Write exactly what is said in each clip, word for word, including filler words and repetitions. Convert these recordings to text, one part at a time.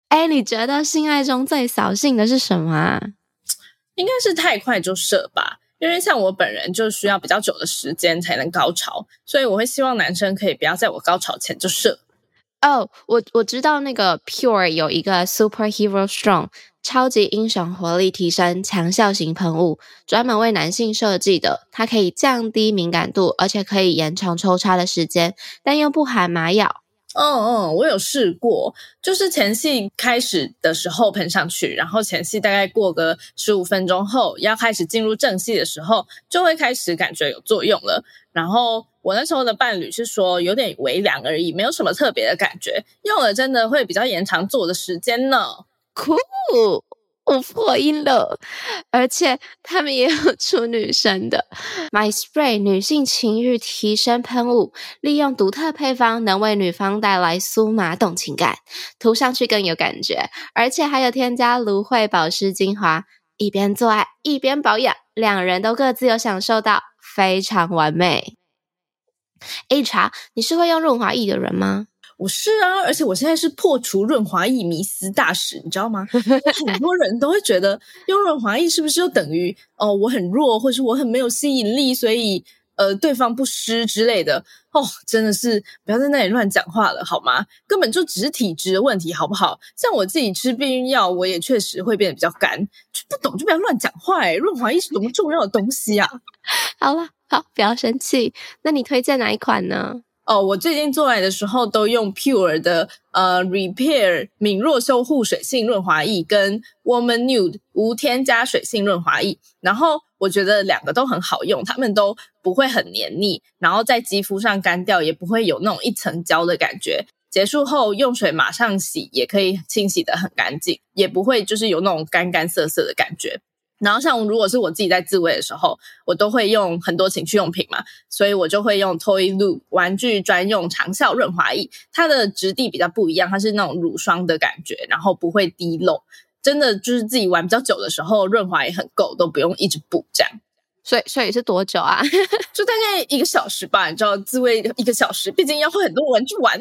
哎，你觉得性爱中最扫兴的是什么啊？ 应该是太快就射吧，因为像我本人就需要比较久的时间才能高潮，所以我会希望男生可以不要在我高潮前就射。 哦，我我知道那个 Pure 有一个 Superhero Strong 超级英雄活力提升强效型喷雾，专门为男性设计的，它可以降低敏感度，而且可以延长抽插的时间，但又不含麻药。 嗯嗯，我有试过，就是前戏开始的时候喷上去，然后前戏大概过个十五分钟后，要开始进入正戏的时候，就会开始感觉有作用了。然后我那时候的伴侣是说有点微凉而已，没有什么特别的感觉，用了真的会比较延长做的时间呢。 酷，我破音了，而且他们也有出女生的 My Spray 女性情欲提升喷雾，利用独特配方能为女方带来酥麻动情感，涂上去更有感觉，而且还有添加芦荟保湿精华，一边做爱一边保养，两人都各自有享受到，非常完美。诶茶，你是会用润滑液的人吗？ 我是啊，而且我现在是破除润滑液迷思大使，你知道吗？很多人都会觉得用润滑液是不是就等于哦我很弱，或是我很没有吸引力，所以呃对方不湿之类的。哦，真的是不要在那里乱讲话了好吗？根本就只是体质的问题好不好？像我自己吃避孕药，我也确实会变得比较干，就不懂就不要乱讲话诶，润滑液是多么重要的东西啊！ 好了，好，不要生气。那你推荐哪一款呢？ 哦，我最近做爱的时候都用 Pure 的呃 Repair 敏弱修护水性润滑液跟 Woman Nude 无添加水性润滑液，然后我觉得两个都很好用，它们都不会很黏腻，然后在肌肤上干掉也不会有那种一层胶的感觉，结束后用水马上洗也可以清洗得很干净，也不会就是有那种干干涩涩的感觉。然后像如果是我自己在自慰的时候，我都会用很多情趣用品嘛，所以我就会用 Toy Lube 玩具专用长效润滑液，它的质地比较不一样，它是那种乳霜的感觉，然后不会滴漏，真的就是自己玩比较久的时候润滑也很够，都不用一直补这样。 所以所以是多久啊？ 就大概一个小时吧，你知道自慰一个小时，毕竟要会很多玩具玩啊。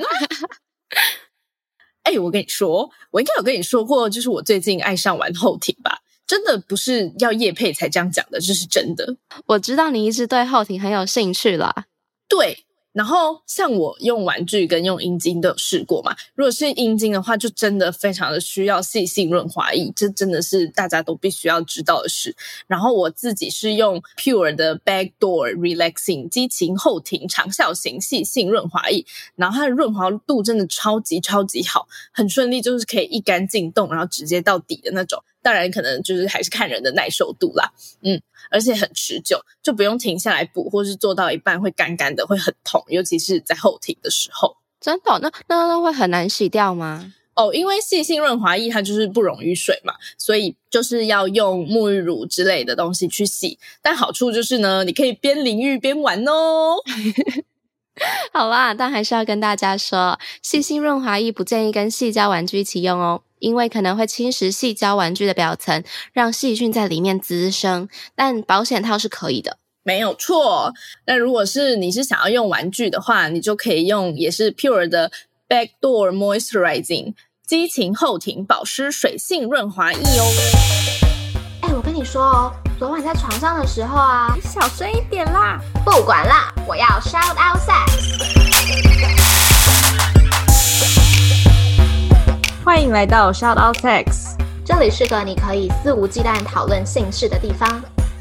哎、欸，我跟你说，我应该有跟你说过，就是我最近爱上玩后庭吧。真的不是要业配才这样讲的，这是真的。 我知道你一直对后庭很有兴趣啦。 对，然后像我用玩具跟用阴茎都有试过嘛，如果是阴茎的话就真的非常的需要细性润滑液，这真的是大家都必须要知道的事。然后我自己是用 Pure 的 Backdoor Relaxing 激情后庭长效型细性润滑液，然后它的润滑度真的超级超级好，很顺利，就是可以一杆进洞然后直接到底的那种。当然可能就是还是看人的耐受度啦，嗯，而且很持久，就不用停下来补，或是做到一半会干干的，会很痛，尤其是在后庭的时候。 真的？那那那会很难洗掉吗？ 哦，因为细性润滑液它就是不溶于水嘛，所以就是要用沐浴乳之类的东西去洗。但好处就是呢，你可以边淋浴边玩哦。 好啦，但还是要跟大家说，细性润滑液不建议跟矽胶玩具一起用哦，因为可能会侵蚀矽胶玩具的表层，让细菌在里面滋生，但保险套是可以的。 没有错。那如果是你是想要用玩具的话，你就可以用也是 Pure 的 Backdoor Moisturizing 激情后庭保湿水性润滑液哦。 哎、欸，我跟你说哦，昨晚在床上的时候啊， 你小声一点啦。 不管啦，我要 shout out sex。 欢迎来到 Shout Out Sex， 这里是个你可以肆无忌惮讨论性事的地方。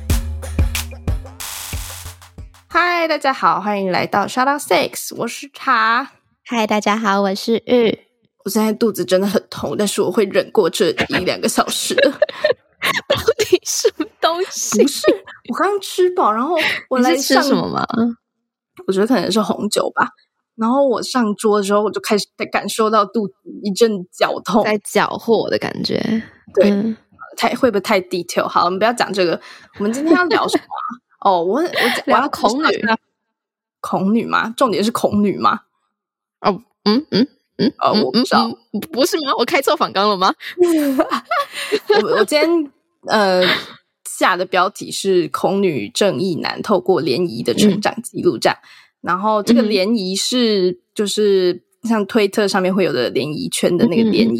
嗨，大家好，欢迎来到 Shout Out Sex， 我是茶。 嗨，大家好，我是玉。 我现在肚子真的很痛，但是我会忍过这一两个小时的。 到底什么东西？ 不是，我刚刚吃饱，然后我来上，你是吃什么吗？ 我觉得可能是红酒吧。然后我上桌之后，我就开始感受到肚子一阵绞痛， 在搅和的感觉。 对， 嗯、 太会不会太 detail？ 好，我们不要讲这个。我们今天要聊什么、啊？哦，我我我要恐女， 恐女吗？重点是恐女吗？ 哦，嗯嗯嗯， 呃，我不知道、 嗯，不是吗？我开错访纲了吗？ 我我今天呃下的标题是“恐女正义男透过联谊的成长记录”这样。嗯，然后这个联谊是就是像推特上面会有的联谊圈的那个联谊、嗯、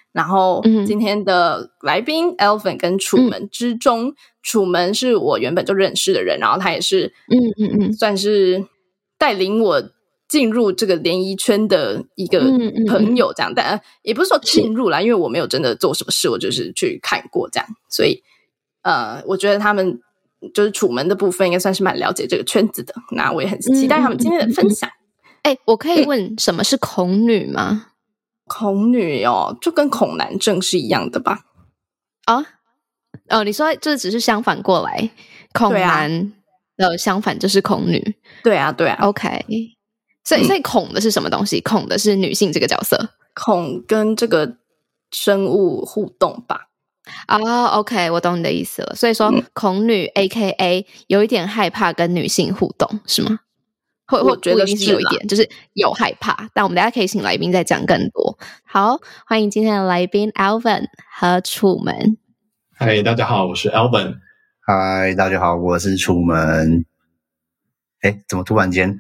然后今天的来宾 Alvin 跟楚门之中，嗯、楚门是我原本就认识的人，然后他也是嗯嗯嗯，算是带领我进入这个联谊圈的一个朋友这样，嗯嗯嗯但也不是说进入啦，因为我没有真的做什么事，我就是去看过这样，所以呃，我觉得他们就是楚门的部分应该算是蛮了解这个圈子的，那我也很期待他们今天的分享。 哎、嗯嗯嗯欸，我可以问什么是恐女吗？ 恐女哦，就跟恐男症是一样的吧？ 哦哦，你说这只是相反过来，恐男的相反就是恐女。 对啊，对啊。 OK， 所以所以恐的是什么东西？恐的是女性这个角色， 恐跟这个生物互动吧。 哦、oh, OK， 我懂你的意思了。所以说，嗯、恐女 A K A 有一点害怕跟女性互动，是吗？或或不一定是有一点，就是有害怕。但我们大家可以请来宾再讲更多。好，欢迎今天的来宾 Alvin 和楚门。 嗨，大家好，我是 Alvin。 嗨，大家好，我是楚门。哎，怎么突然间？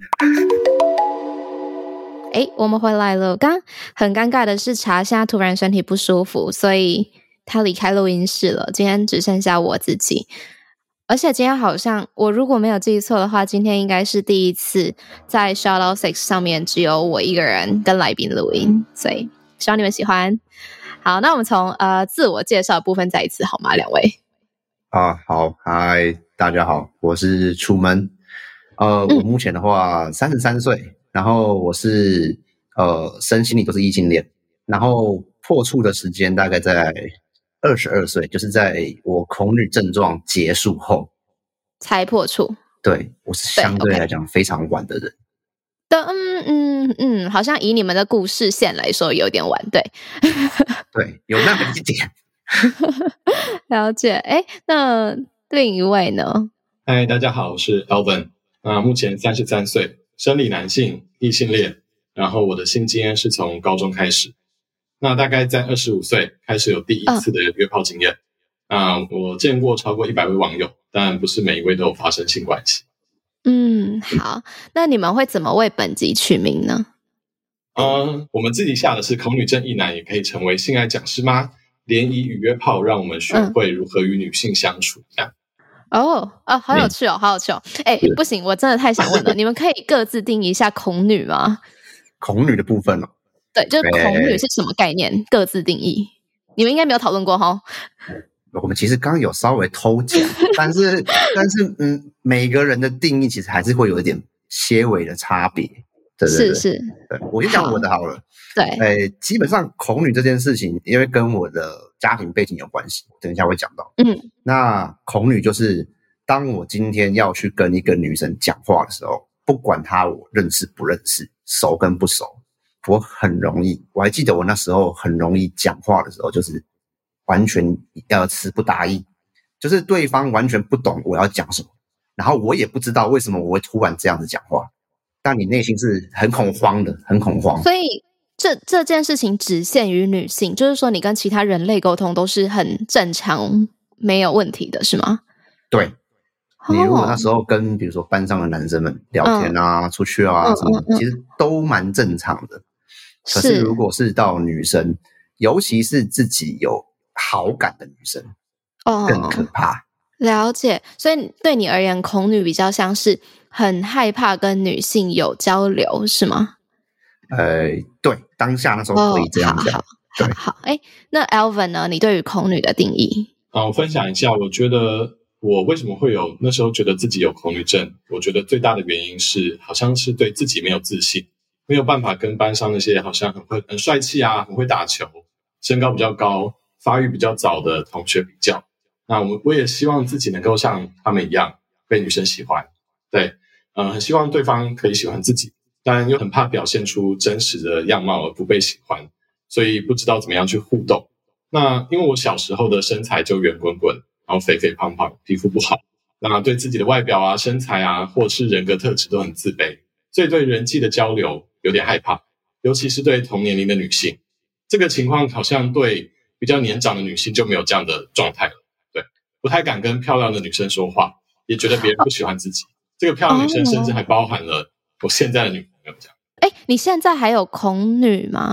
哎，我们回来了。刚很尴尬的是，茶现在突然身体不舒服，所以他离开录音室了。今天只剩下我自己。而且今天好像我如果没有记错的话，今天应该是第一次在 Shoutout Six 上面只有我一个人跟来宾录音，所以希望你们喜欢。好，那我们从呃自我介绍的部分再一次好吗？两位啊，好，嗨，大家好，我是楚门。呃，我目前的话三十三岁，然后我是呃身心理都是异性恋，然后破处的时间大概在二十二岁，就是在我恐女症状结束后才破处。 对，我是相对来讲非常晚的人。 的嗯嗯嗯，好像以你们的故事线来说有点晚，对。 对，有那么一点。 了解。哎，那另一位呢？ 嗨，大家好，我是 Alvin。那目前三十三岁，生理男性，异性恋。然后我的性经验是从高中开始。那大概在二十五岁开始有第一次的约炮经验。啊、嗯，我见过超过一百位网友，但不是每一位都有发生性关系。 嗯，好，那你们会怎么为本集取名呢？ 嗯，我们自己下的是恐女症一男也可以成为性爱讲师吗？联谊与约炮让我们学会如何与女性相处。这样。 哦啊，好有趣哦，好有趣哦！哎，不行，我真的太想问了，你们可以各自定义一下恐女吗？ 恐女的部分哦， 对，就是恐女是什么概念？各自定义。你们应该没有讨论过哈。 我们其实刚刚有稍微偷讲，但是但是嗯，每个人的定义其实还是会有一点些微的差别。对对对， 是是。 对，我先讲我的好了。 对， 诶，基本上恐女这件事情，因为跟我的家庭背景有关系，等一下会讲到。嗯，那恐女就是当我今天要去跟一个女生讲话的时候，不管她我认识不认识，熟跟不熟，我很容易，我还记得我那时候很容易讲话的时候，就是完全呃词不达意，就是对方完全不懂我要讲什么，然后我也不知道为什么我会突然这样子讲话，但你内心是很恐慌的，很恐慌。 所以这这件事情只限于女性，就是说你跟其他人类沟通都是很正常没有问题的是吗？ 对，你如果那时候跟比如说班上的男生们聊天啊、嗯、出去啊什么、嗯嗯嗯、其实都蛮正常的。可是如果是到女生，尤其是自己有好感的女生、哦、更可怕。 了解。所以对你而言，恐女比较像是很害怕跟女性有交流是吗？ 呃，对，当下那时候可以这样讲。 哦、好好好。哎，那 Alvin 呢？你对于恐女的定义？ 啊，我分享一下，我觉得我为什么会有那时候觉得自己有恐女症，我觉得最大的原因是好像是对自己没有自信，没有办法跟班上那些好像很会很帅气啊，很会打球，身高比较高，发育比较早的同学比较。那我我也希望自己能够像他们一样被女生喜欢。对，呃，很希望对方可以喜欢自己，但又很怕表现出真实的样貌而不被喜欢，所以不知道怎么样去互动。那因为我小时候的身材就圆滚滚，然后肥肥胖胖，皮肤不好，那对自己的外表啊、身材啊，或是人格特质都很自卑，所以对人际的交流有点害怕，尤其是对同年龄的女性。这个情况好像对比较年长的女性就没有这样的状态了。对，不太敢跟漂亮的女生说话，也觉得别人不喜欢自己。这个漂亮女生甚至还包含了我现在的女朋友这样。 哎，你现在还有恐女吗？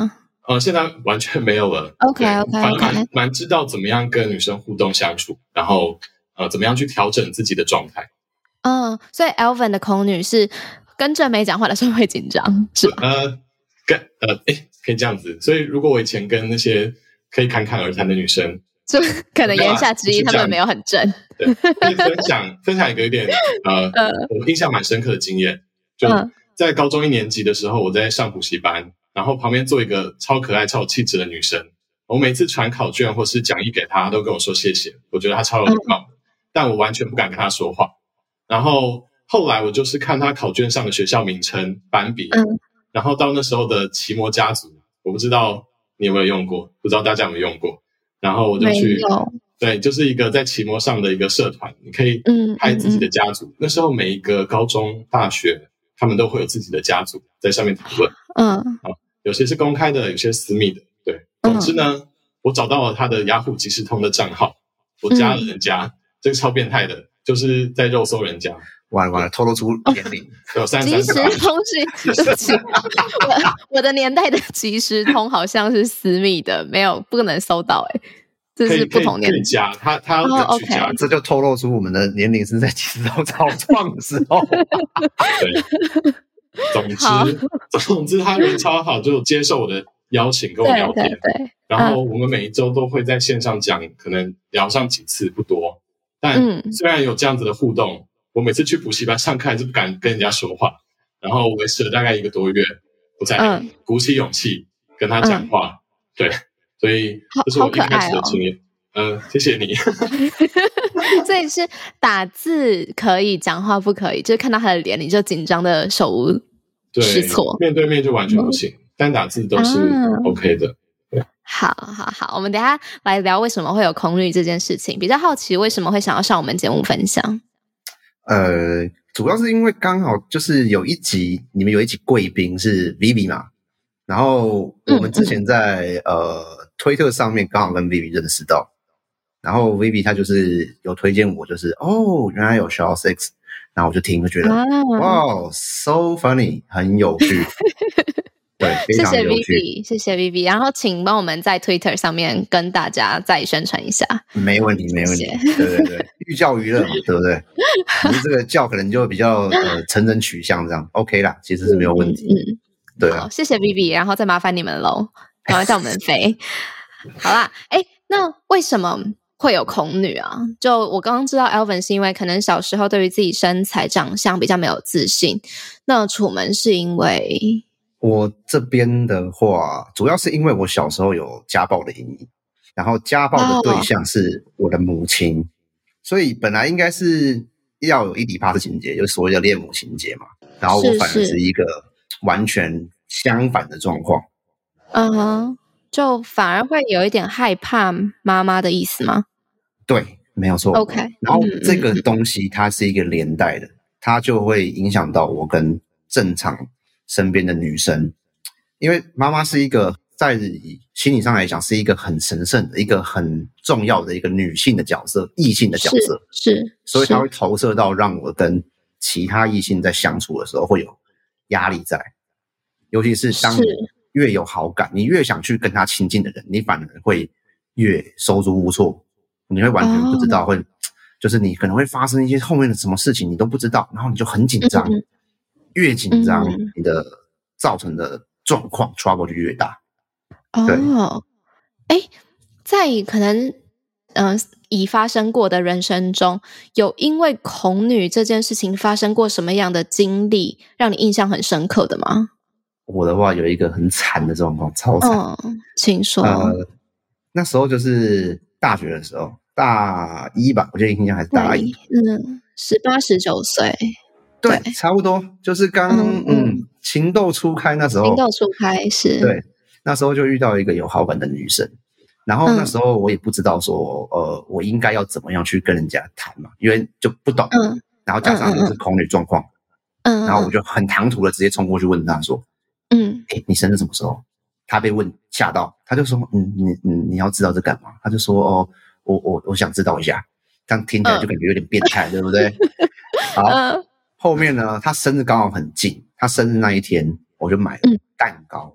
呃，现在完全没有了。 OK OK， 反而蛮蛮知道怎么样跟女生互动相处，然后呃，怎么样去调整自己的状态。 嗯，所以 Alvin 的恐女是跟正妹讲话的时候会紧张，是吧？ 呃，跟呃，诶，可以这样子。所以如果我以前跟那些可以侃侃而谈的女生， 就可能言下之意他们没有很正。 对，可以分享分享一个有点呃，呃我印象蛮深刻的经验，就在高中一年级的时候，我在上补习班，然后旁边坐一个超可爱、超有气质的女生。我每次传考卷或是讲义给她，她都跟我说谢谢，我觉得她超有礼貌的，嗯、但我完全不敢跟她说话。然后后来我就是看她考卷上的学校名称、班别，嗯、然后到那时候的奇摩家族，我不知道你有没有用过，不知道大家有没有用过。然后我就去，对，就是一个在奇摩上的一个社团，你可以开自己的家族。嗯嗯嗯、那时候每一个高中、大学，他们都会有自己的家族在上面讨论。嗯，好，有些是公开的，有些私密的。对，总之呢，嗯、我找到了他的雅虎即时通的账号，我加了人家，嗯、这个超变态的，就是在肉搜人家。 完了完了，透露出年龄， 有三即时通是，对不起，我我的年代的即时通好像是私密的，没有不能搜到、欸，哎，这是不同年代。 可以加他，他要人去加、 哦 okay ，这就透露出我们的年龄是在即时通草创的时候。 对，总之总之他人超好，就接受我的邀请跟我聊天， 对对对， 然后我们每一周都会在线上讲，可能聊上几次不多，但虽然有这样子的互动。我每次去补习班上课还是不敢跟人家说话，然后维持了大概一个多月，我才鼓起勇气跟他讲话。嗯、对，所以这是我一开始的经验。嗯、哦呃，谢谢你。 所以是打字可以，讲话不可以，就是看到他的脸你就紧张的手无失措。 面对面就完全不行，嗯、单打字都是 OK 的。 啊、好好好，我们等一下来聊为什么会有恐女这件事情。比较好奇为什么会想要上我们节目分享。 呃，主要是因为刚好就是有一集你们有一集贵宾是 Vivi 嘛，然后我们之前在、嗯嗯、呃推特上面刚好跟 Vivi 认识到，然后 Vivi 他就是有推荐我，就是哦原来有 Show Six， 然后我就听就觉得哇、wow, so funny 很有趣。对，非常有趣。 谢谢 Vivi， 谢谢 Vivi， 然后请帮我们在 Twitter 上面跟大家再宣传一下。 没问题，没问题。谢谢对对对，寓教于乐嘛，对不对？你这个教可能就比较呃成人取向这样 ，OK 啦，其实是没有问题。嗯，嗯对啊。 好，谢谢 Vivi， 然后再麻烦你们喽，赶快叫我们飞。好啦，哎，那为什么会有恐女啊？就我刚刚知道 Alvin 是因为可能小时候对于自己身材长相比较没有自信，那楚门是因为。 我这边的话，主要是因为我小时候有家暴的阴影，然后家暴的对象是我的母亲， oh. 所以本来应该是要有伊底帕斯情节，就是所谓的恋母情节嘛，然后我反而是一个完全相反的状况。 嗯哼，就反而会有一点害怕妈妈的意思吗？ 对，没有错。 OK， 然后这个东西它是一个连带的，它就会影响到我跟正常身边的女生，因为妈妈是一个在心理上来讲是一个很神圣的一个很重要的一个女性的角色，异性的角色， 是，是所以它会投射到让我跟其他异性在相处的时候会有压力在，尤其是当你越有好感，你越想去跟他亲近的人，你反而会越手足无措，你会完全不知道会、哦、就是你可能会发生一些后面的什么事情你都不知道，然后你就很紧张。嗯嗯越紧张、嗯，你的造成的状况 trouble 就越大。 哦，哎，在可能嗯、呃、已发生过的人生中，有因为恐女这件事情发生过什么样的经历，让你印象很深刻的吗？ 我的话有一个很惨的状况，超惨。 嗯，请说。 呃，那时候就是大学的时候，大一吧，我记得印象还是大一。 嗯，十八十九岁。 对，差不多就是刚嗯, 嗯情窦初开那时候， 情窦初开是对，那时候就遇到一个有好感的女生，然后那时候我也不知道说、嗯、呃我应该要怎么样去跟人家谈嘛，因为就不懂，嗯，然后加上就是恐女状况，嗯，然后我就很唐突的直接冲过去问他说，嗯，哎，你生日什么时候？他被问吓到，他就说，嗯，你你你要知道这干嘛？他就说，哦，我我我想知道一下，这样听起来就感觉有点变态，嗯、对不对？好。嗯后面呢，他生日刚好很近，他生日那一天我就买了蛋糕，嗯、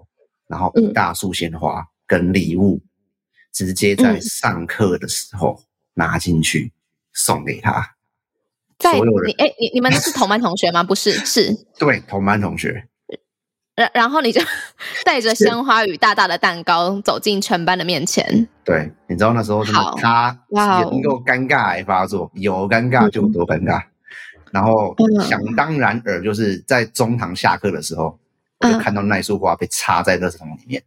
然后一大束鲜花跟礼物，直接在上课的时候拿进去送给他。 在你哎，你你们是同班同学吗？不是，是对，同班同学。 然然后你就带着鲜花与大大的蛋糕走进全班的面前。 对，你知道那时候真的他能够尴尬还发作，有尴尬就有多尴尬。嗯、然后想当然尔，就是在中堂下课的时候，嗯、我就看到那束花被插在垃圾桶里面。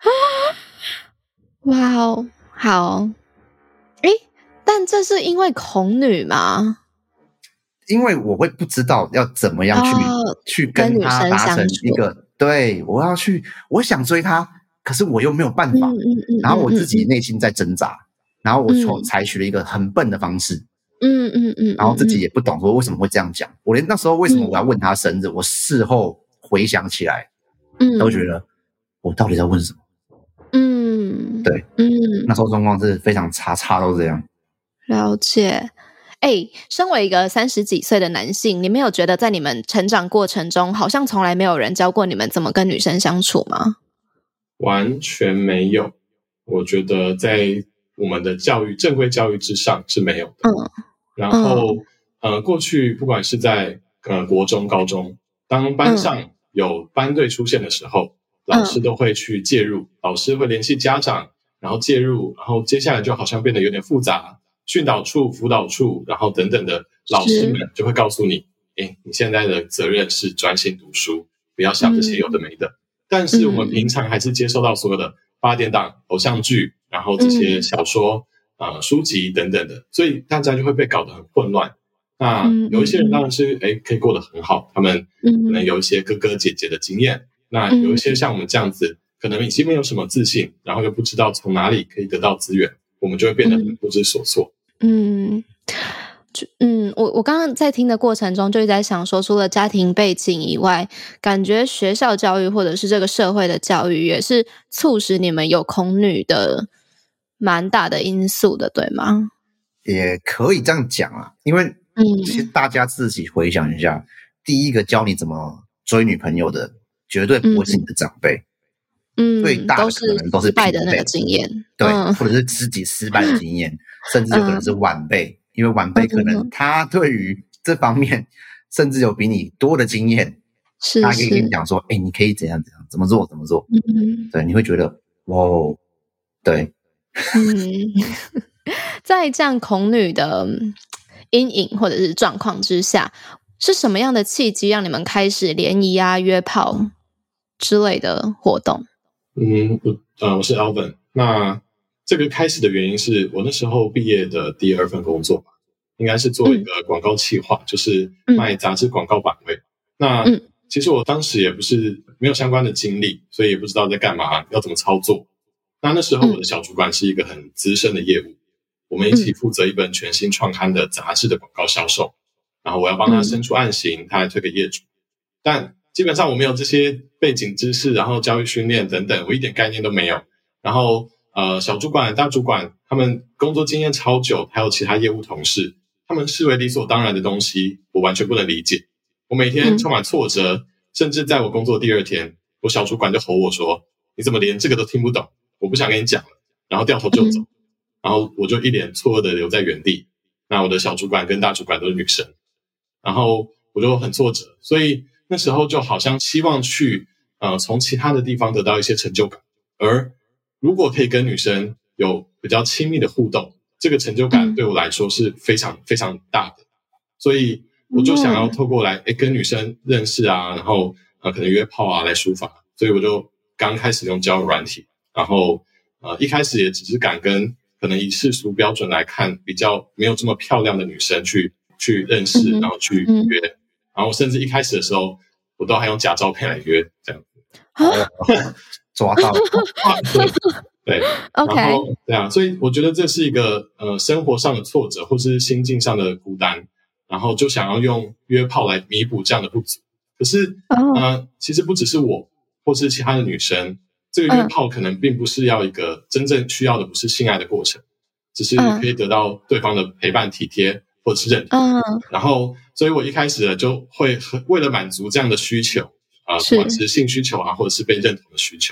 哇哦，好，哎，但这是因为恐女吗？ 因为我会不知道要怎么样去、哦、去跟他达成一个，对，我要去，我想追他，可是我又没有办法，嗯嗯嗯、然后我自己内心在挣扎，嗯、然后我所采取了一个很笨的方式，嗯嗯嗯，然后自己也不懂说为什么会这样讲，我连那时候为什么我要问他生日，嗯、我事后回想起来，嗯，都觉得我到底在问什么，嗯，对，嗯，那时候状况是非常差，差到这样， 了解。哎，身为一个三十几岁的男性，你没有觉得在你们成长过程中，好像从来没有人教过你们怎么跟女生相处吗？ 完全没有，我觉得在我们的教育正规教育之上是没有的。嗯，然后、嗯、呃，过去不管是在呃国中、高中，当班上有班队出现的时候，嗯、老师都会去介入，老师会联系家长，然后介入，然后接下来就好像变得有点复杂。训导处、辅导处，然后等等的老师们就会告诉你，诶，你现在的责任是专心读书，不要想这些有的没的。嗯、但是我们平常还是接收到所有的八点档、偶像剧，然后这些小说、嗯、呃书籍等等的，所以大家就会被搞得很混乱。那有一些人当然是诶可以过得很好，他们可能有一些哥哥姐姐的经验。那有一些像我们这样子，可能已经没有什么自信，然后又不知道从哪里可以得到资源。我们就会变得很不知所措。 嗯，嗯，我我刚刚在听的过程中，就一直在想说，除了家庭背景以外，感觉学校教育或者是这个社会的教育，也是促使你们有恐女的蛮大的因素的，对吗？ 也可以这样讲啊，因为其实大家自己回想一下，嗯、第一个教你怎么追女朋友的，绝对不会是你的长辈。嗯，最大的可能都是失败的那个经验， 对，嗯、或者是自己失败的经验，甚至有可能是晚辈，嗯、因为晚辈可能他对于这方面甚至有比你多的经验， 是他可以跟你讲说，哎、欸，你可以怎样怎样，怎么做怎么做，嗯，对，你会觉得，哇，对， 嗯，在这样恐女的阴影或者是状况之下，是什么样的契机让你们开始联谊啊、约炮之类的活动？ 嗯，我呃我是 Alvin。那这个开始的原因是我那时候毕业的第二份工作吧，应该是做一个广告企划，嗯、就是卖杂志广告版位。嗯、那、嗯、其实我当时也不是没有相关的经历，所以也不知道在干嘛，要怎么操作。那那时候我的小主管是一个很资深的业务，我们一起负责一本全新创刊的杂志的广告销售，然后我要帮他伸出案型，他来推给业主，但基本上我没有这些背景知识，然后教育训练等等，我一点概念都没有。然后呃，小主管、大主管他们工作经验超久，还有其他业务同事，他们视为理所当然的东西，我完全不能理解。我每天充满挫折，嗯、甚至在我工作第二天，我小主管就吼我说：“你怎么连这个都听不懂？我不想跟你讲了。”然后掉头就走。嗯、然后我就一脸错愕的留在原地。那我的小主管跟大主管都是女生，然后我就很挫折，所以那时候就好像希望去呃从其他的地方得到一些成就感，而如果可以跟女生有比较亲密的互动，这个成就感对我来说是非常非常大的，所以我就想要透过来诶跟女生认识啊，然后呃可能约炮啊来抒发，所以我就刚开始用交友软体，然后呃一开始也只是敢跟可能以世俗标准来看比较没有这么漂亮的女生去去认识，然后去约。嗯然后甚至一开始的时候，我都还用假照片来约，这样子， 哦、抓到了， 对，对 ，OK， 然后对啊，所以我觉得这是一个呃生活上的挫折，或是心境上的孤单，然后就想要用约炮来弥补这样的不足。可是，哦、呃，其实不只是我，或是其他的女生，这个约炮可能并不是要一个真正需要的，不是性爱的过程，只是可以得到对方的陪伴、体贴。或者是认同，嗯、然后，所以我一开始就会为了满足这样的需求啊、呃，不管是性需求啊，或者是被认同的需求，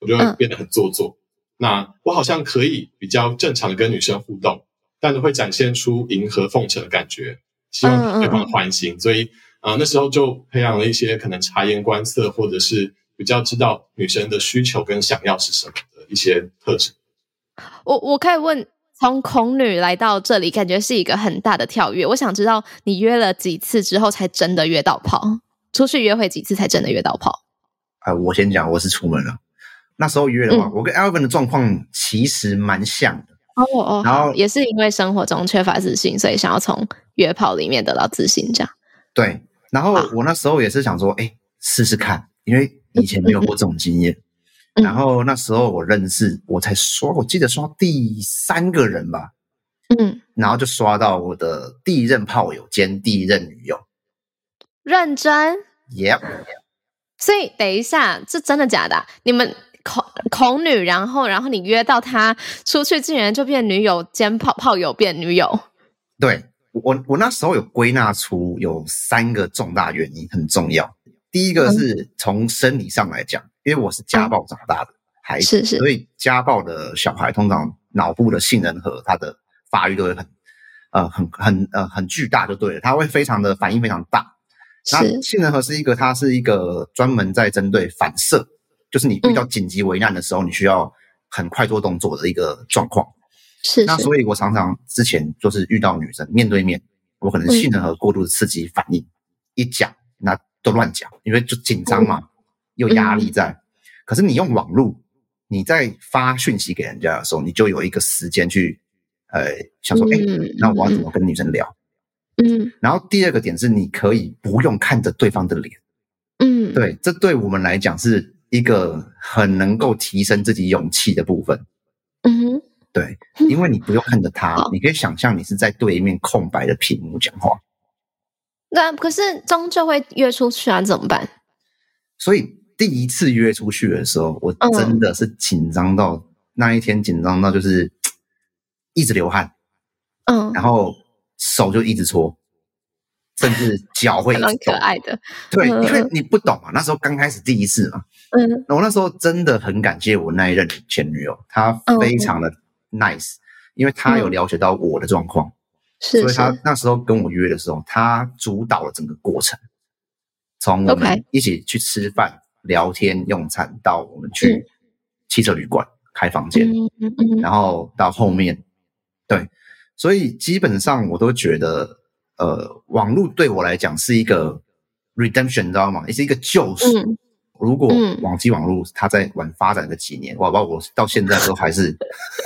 我就会变得很做作。嗯、那我好像可以比较正常的跟女生互动，但是会展现出迎合奉承的感觉，希望对方欢心。嗯嗯嗯所以呃，那时候就培养了一些可能察言观色，或者是比较知道女生的需求跟想要是什么的一些特质。 我我可以问，从恐女来到这里，感觉是一个很大的跳跃。我想知道你约了几次之后才真的约到炮？出去约会几次才真的约到炮？ 呃，我先讲，我是出门了。那时候约的话，嗯、我跟 Alvin 的状况其实蛮像的。 哦哦，然后也是因为生活中缺乏自信，所以想要从约炮里面得到自信，这样。 对，然后我那时候也是想说，哎，试试看，因为以前没有过这种经验。嗯嗯然后那时候我认识，我才刷，我记得刷第三个人吧，嗯，然后就刷到我的第一任炮友兼第一任女友。 认真 ？Yep。 所以等一下，这真的假的、啊？你们恐恐女，然后然后你约到她出去，竟然就变女友兼炮炮友变女友？ 对，我我那时候有归纳出有三个重大原因，很重要。第一个是从生理上来讲。因为我是家暴长大的孩子， 是是， 所以家暴的小孩通常脑部的杏仁核，它的发育都会很呃很很呃很巨大，就对了，它会非常的反应非常大。那杏仁核是一个，它是一个专门在针对反射，就是你遇到紧急危难的时候，嗯、你需要很快做动作的一个状况。 是， 那所以我常常之前就是遇到女生面对面，我可能杏仁核过度的刺激反应，嗯、一讲那都乱讲，因为就紧张嘛。嗯有压力在、嗯、可是你用网络你在发讯息给人家的时候，你就有一个时间去呃想说哎、嗯欸，那我要怎么跟女生聊嗯然后第二个点是你可以不用看着对方的脸嗯对，这对我们来讲是一个很能够提升自己勇气的部分嗯哼对，因为你不用看着他、嗯、你可以想象你是在对一面空白的屏幕讲话。 那可是终究会约出去啊，怎么办？ 所以第一次约出去的时候，我真的是紧张到、嗯、那一天紧张到就是一直流汗，嗯，然后手就一直搓，甚至脚会一直动， 蛮可爱的。 对、嗯，因为你不懂嘛，那时候刚开始第一次嘛，嗯，我那时候真的很感谢我那一任前女友，她非常的 nice，、嗯、因为她有了解到我的状况，是、嗯，所以她那时候跟我约的时候，她主导了整个过程。从我们一起去吃饭、okay. 聊天、用餐，到我们去汽车旅馆、嗯、开房间、嗯嗯，然后到后面，对，所以基本上我都觉得，呃，网络对我来讲是一个 redemption， 你知道吗？也是一个救赎。嗯、如果网际网络它在晚发展个几年，哇，我到现在都还是，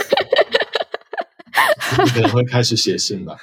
你可能会开始写信吧。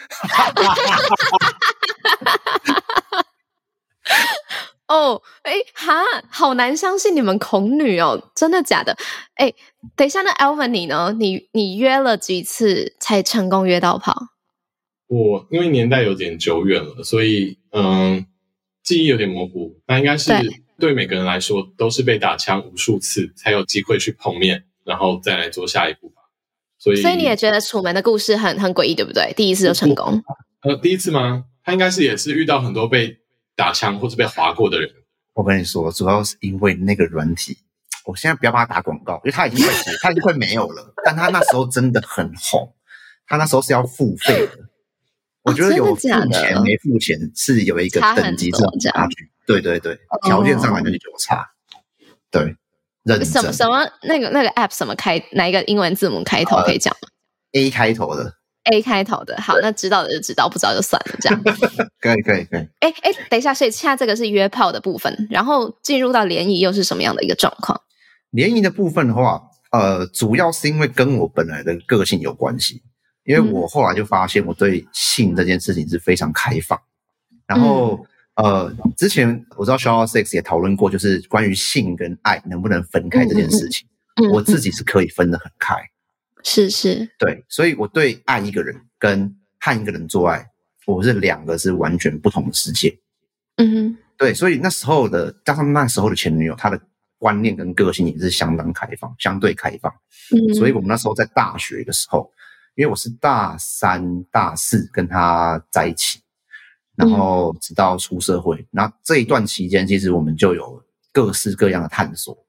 哦，哎哈，好难相信你们恐女哦，真的假的？哎，等一下，那 Alvin 你呢？你你约了几次才成功约到炮？ 我因为年代有点久远了，所以嗯，记忆有点模糊。那应该是 对, 对每个人来说都是被打枪无数次才有机会去碰面，然后再来做下一步吧。所以， 所以你也觉得楚门的故事很很诡异，对不对？第一次就成功？ 呃，第一次吗？他应该是也是遇到很多被打枪或者被划过的人。 我跟你说，主要是因为那个软体，我现在不要帮他打广告，因为他已经快他已经快没有了，但他那时候真的很红，他那时候是要付费的。我觉得有付钱没付钱是有一个等级上的差距，对对对，条件上来就有差。对，认真。 什么什么那个那个 app 什么开哪一个英文字母开头可以讲吗、 呃、？A 开头的。 A 开头的，好，那知道的就知道，不知道就算了，这样。 可以，可以，可以。 哎哎，等一下，所以现在这个是约炮的部分，然后进入到联谊又是什么样的一个状况？ 联谊的部分的话，呃，主要是因为跟我本来的个性有关系，因为我后来就发现我对性这件事情是非常开放。然后、嗯、呃，之前我知道 Shower Sex 也讨论过，就是关于性跟爱能不能分开这件事情，嗯嗯嗯、我自己是可以分得很开。 是是， 对，所以我对爱一个人跟和一个人做爱，我是两个是完全不同的世界。嗯哼，对，所以那时候的加上那时候的前女友，她的观念跟个性也是相当开放，相对开放。嗯，所以我们那时候在大学的时候，因为我是大三、大四跟她在一起，然后直到出社会，然后这一段期间，其实我们就有各式各样的探索，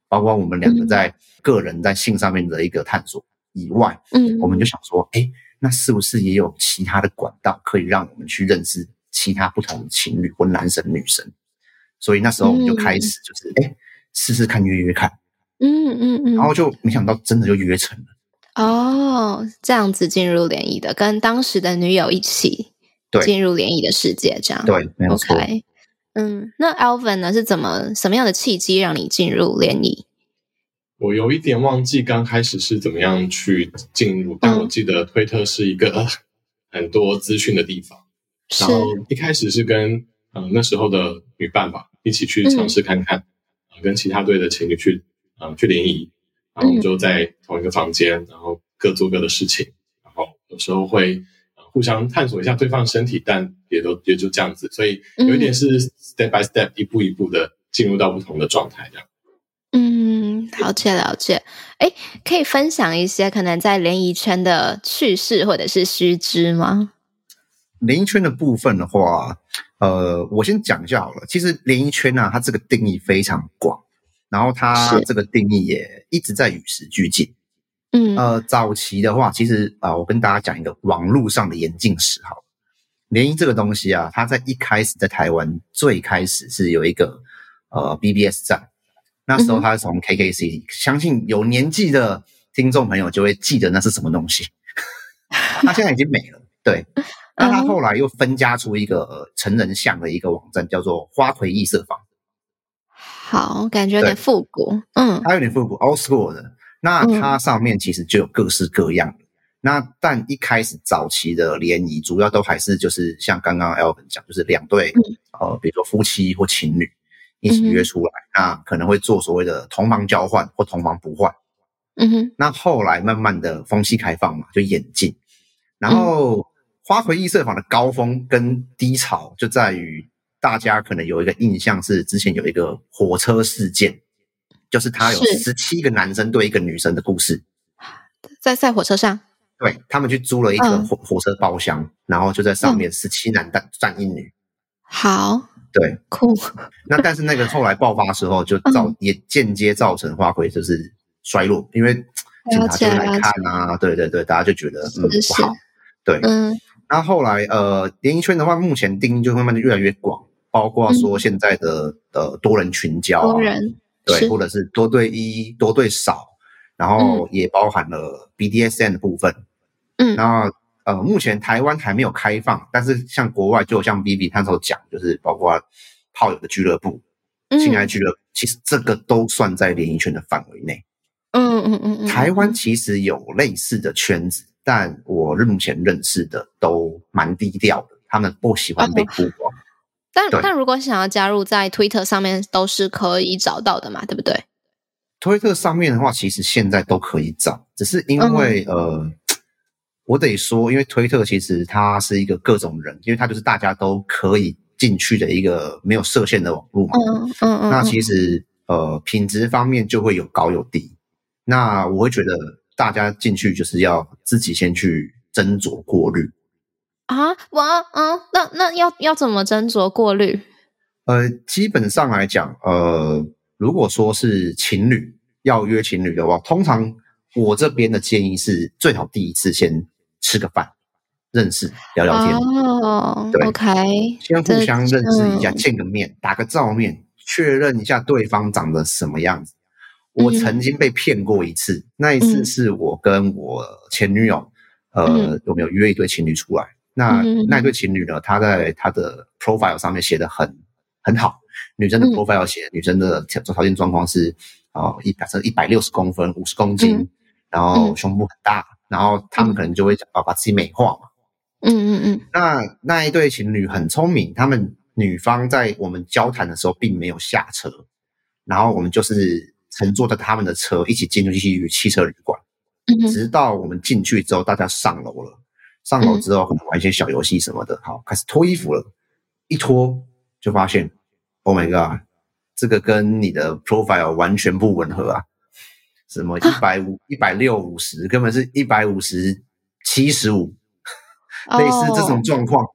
包括我们两个在个人在性上面的一个探索以外，嗯，我们就想说，诶，那是不是也有其他的管道可以让我们去认识其他不同的情侣或男生女生？所以那时候我们就开始就是诶，试试看约约看，嗯嗯嗯，然后就没想到真的就约成了。 哦，这样子进入联谊的，跟当时的女友一起进入联谊的世界，这样对，没有错。 Okay. 嗯，那 Alvin 呢？是怎么什么样的契机让你进入联谊？ 我有一点忘记刚开始是怎么样去进入，但我记得推特是一个、呃、很多资讯的地方。然后一开始是跟、呃、那时候的女伴吧一起去尝试看看，嗯呃、跟其他队的情侣去、呃、去联谊，然后我们就在同一个房间，然后各做各的事情，然后有时候会、呃、互相探索一下对方的身体，但也都也就这样子，所以有一点是 step by step 一步一步的进入到不同的状态这样。 嗯，了解了解。诶，可以分享一些可能在联谊圈的趣事或者是须知吗？ 联谊圈的部分的话，呃，我先讲一下好了。其实联谊圈啊，它这个定义非常广，然后它这个定义也一直在与时俱进。嗯，呃，早期的话，其实啊、呃，我跟大家讲一个网络上的演进史好了。联谊这个东西啊，它在一开始在台湾最开始是有一个呃 B B S 站。那时候他是从 K K C D、嗯、相信有年纪的听众朋友就会记得那是什么东西。他现在已经没了，对。那他后来又分家出一个成人向的一个网站，叫做花魁异色坊。 好，感觉有点复古。嗯， 它有点复古 old school 的。那它上面其实就有各式各样的。嗯、那但一开始早期的联谊主要都还是就是像刚刚 Alvin 讲，就是两对、嗯、呃，比如说夫妻或情侣一起约出来、嗯、那可能会做所谓的同房交换或同房不换。嗯哼，那后来慢慢的风气开放嘛，就演进。然后、嗯、花魁异色坊的高峰跟低潮就在于大家可能有一个印象是之前有一个火车事件，就是他有十七个男生对一个女生的故事。 在在火车上， 对，他们去租了一个火、嗯、火车包厢，然后就在上面十七男站一女。 好， 对， 酷。 那但是那个后来爆发的时候，就造、嗯、也间接造成花魁就是衰落，因为警察就来看啊，对对对，大家就觉得嗯不好，对，嗯。那后来呃，联谊圈的话，目前定义就慢慢的越来越广，包括说现在的、嗯、呃多人群交啊， 多人对，或者是多对一、多对少，然后也包含了 B D S M 的部分，嗯，然后呃，目前台湾还没有开放，但是像国外就像 Vivi 他所讲，就是包括炮友的俱乐部、嗯、性爱俱乐部，其实这个都算在联谊圈的范围内。嗯嗯嗯嗯，台湾其实有类似的圈子，但我目前认识的都蛮低调的，他们不喜欢被曝光。哦、 但但如果想要加入，在 Twitter 上面都是可以找到的嘛，对不对？ 推特上面的话，其实现在都可以找，只是因为、嗯、呃，我得说，因为推特其实它是一个各种人，因为它就是大家都可以进去的一个没有设限的网络嘛。嗯嗯嗯。那其实呃，品质方面就会有高有低。那我会觉得大家进去就是要自己先去斟酌过滤。 啊，哇啊，那那要要怎么斟酌过滤？ 呃，基本上来讲，呃。如果说是情侣要约情侣的话，通常我这边的建议是最好第一次先吃个饭，认识聊聊天。 哦，对 ，OK， 先互相认识一下，见个面，打个照面，确认一下对方长得什么样子。我曾经被骗过一次，嗯、那一次是我跟我前女友，嗯、呃，我们有约一对情侣出来。那、嗯、那对情侣呢，他在他的 profile 上面写得很很好。女生的 profile 写、嗯、女生的条件状况是呃一百一百六十公分五十公斤、嗯、然后胸部很大、嗯、然后他们可能就会把把自己美化嘛。嗯嗯嗯。那那一对情侣很聪明，他们女方在我们交谈的时候并没有下车，然后我们就是乘坐着他们的车一起进入去汽车旅馆、嗯、直到我们进去之后大家上楼了，上楼之后可能玩一些小游戏什么的，好开始脱衣服了，一脱就发现Oh my god， 这个跟你的 profile 完全不吻合啊！什么一百五、一百六、五十，根本是一百五十、七十五，类似这种状况。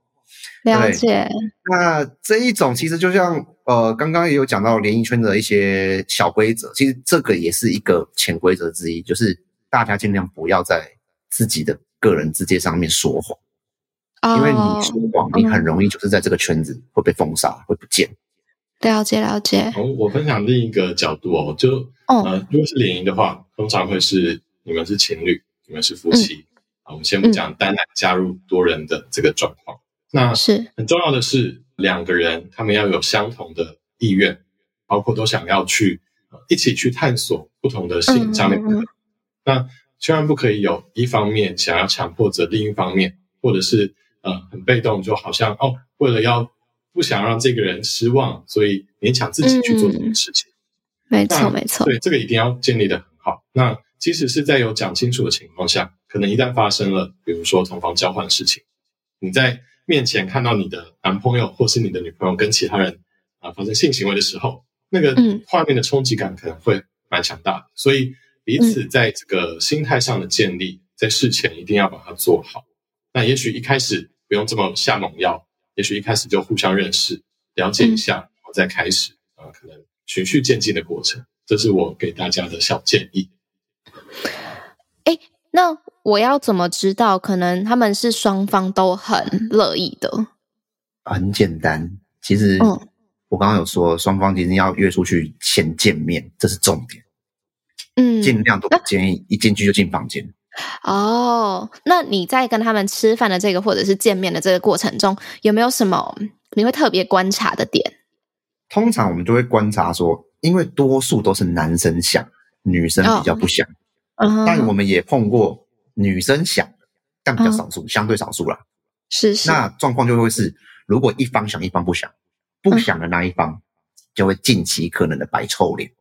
了解。 那这一种其实就像呃，刚刚也有讲到联谊圈的一些小规则，其实这个也是一个潜规则之一，就是大家尽量不要在自己的个人字界上面说谎。因为你说谎，你很容易就是在这个圈子会被封杀，会不见。 了解了解。 哦，我分享另一个角度哦，就、哦、呃，如果是联谊的话，通常会是你们是情侣，你们是夫妻。嗯、啊，我们先不讲单男加入多人的这个状况。嗯、那是很重要的是，两个人他们要有相同的意愿，包括都想要去、呃、一起去探索不同的性上面的。嗯、那千万不可以有一方面想要强迫着另一方面，或者是呃，很被动，就好像哦，为了要不想让这个人失望，所以勉强自己去做这件事情。 嗯、没错，没错。 对，这个一定要建立得很好。那即使是在有讲清楚的情况下，可能一旦发生了，比如说同房交换的事情，你在面前看到你的男朋友或是你的女朋友跟其他人啊、呃、发生性行为的时候，那个画面的冲击感可能会蛮强大的。所以彼此在这个心态上的建立，在事前一定要把它做好。那也许一开始不用这么下猛药，也许一开始就互相认识了解一下，然后再开始、呃、可能循序渐进的过程，这是我给大家的小建议。 诶，那我要怎么知道可能他们是双方都很乐意的？ 很简单，其实我刚刚有说双方其实要约出去先见面，这是重点。嗯，尽量都不建议一进去就进房间。 哦，那你在跟他们吃饭的这个或者是见面的这个过程中，有没有什么你会特别观察的点？ 通常我们就会观察说，因为多数都是男生想，女生比较不想。哦、但我们也碰过女生想，但比较少数，哦、相对少数啦。 是是。 那状况就会是，如果一方想一方不想，不想的那一方就会尽其可能的摆臭脸。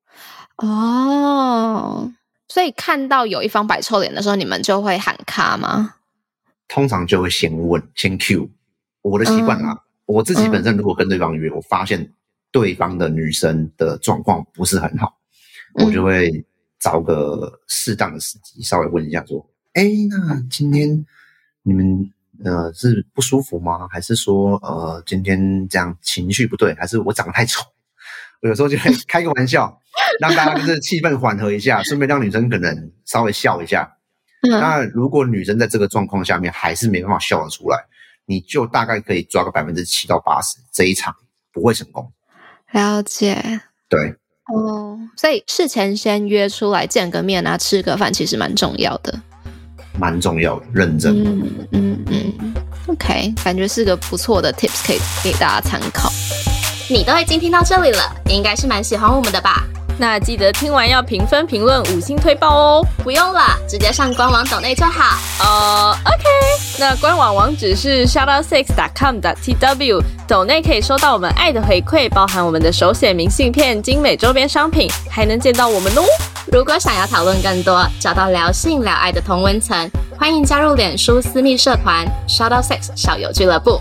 哦。所以看到有一方摆臭脸的时候，你们就会喊卡吗？ 通常就会先问，先 Q。我的习惯啦、嗯，我自己本身如果跟对方约，嗯、我发现对方的女生的状况不是很好，嗯、我就会找个适当的时机，稍微问一下说：“哎，那今天你们呃是不舒服吗？还是说呃今天这样情绪不对？还是我长得太丑？”我有时候就会开个玩笑。让大家就是气氛缓和一下，顺便让女生可能稍微笑一下。嗯、那如果女生在这个状况下面还是没办法笑得出来，你就大概可以抓个百分之七到八十，这一场不会成功。 了解。 对。 哦，所以事前先约出来见个面啊，吃个饭，其实蛮重要的。 蛮重要的，认真。 嗯嗯嗯。OK， 感觉是个不错的 tips， 可以给大家参考。 你都已经听到这里了，你应该是蛮喜欢我们的吧？ 那记得听完要评分、评论、五星推爆哦！ 不用了，直接上官网抖内就好。 呃 ，OK， 那官网网址是 shoutout six dot com dot t w， 抖内可以收到我们爱的回馈，包含我们的手写明信片、精美周边商品，还能见到我们哦。 如果想要讨论更多，找到聊性聊爱的同温层，欢迎加入脸书私密社团 shoutout six 校友俱乐部。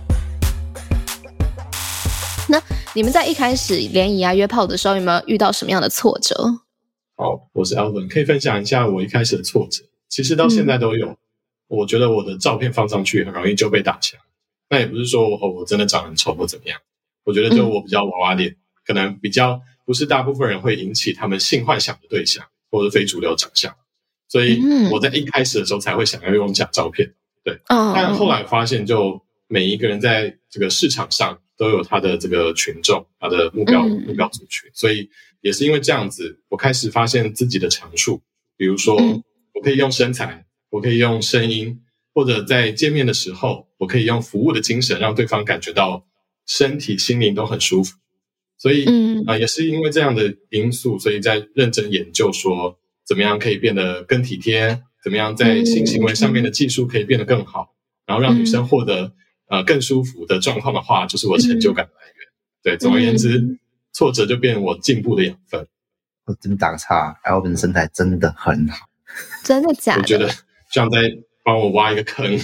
那你们在一开始联谊啊约炮的时候，有没有遇到什么样的挫折？ 好，我是 Alvin， 可以分享一下我一开始的挫折。其实到现在都有，嗯、我觉得我的照片放上去很容易就被打枪。那也不是说哦我真的长很丑或怎么样，我觉得就我比较娃娃脸，嗯、可能比较不是大部分人会引起他们性幻想的对象，或者非主流长相。所以我在一开始的时候才会想要用假照片，对。嗯、但后来发现，就每一个人在这个市场上都有他的这个群众，他的目标、嗯、目标族群，所以也是因为这样子，我开始发现自己的长处，比如说、嗯、我可以用身材，我可以用声音，或者在见面的时候，我可以用服务的精神让对方感觉到身体心灵都很舒服。所以、嗯呃、也是因为这样的因素，所以在认真研究说怎么样可以变得更体贴，怎么样在性行为上面的技术可以变得更好，然后让女生获得呃更舒服的状况的话，就是我成就感的来源。对，总而言之、嗯、挫折就变成我进步的养分。 我真打个岔 Alvin 身材真的很好。 真的假的？ 我觉得像在帮我挖一个坑。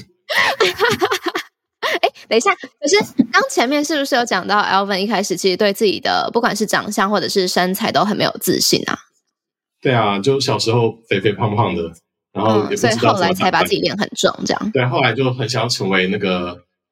哎，等一下，可是刚前面是不是有讲到 Alvin 一开始其实对自己的不管是长相或者是身材都很没有自信啊？ 对啊，就小时候肥肥胖胖的，然后也不知道、嗯、 所以后来才把自己练很壮这样。 对，后来就很想要成为那个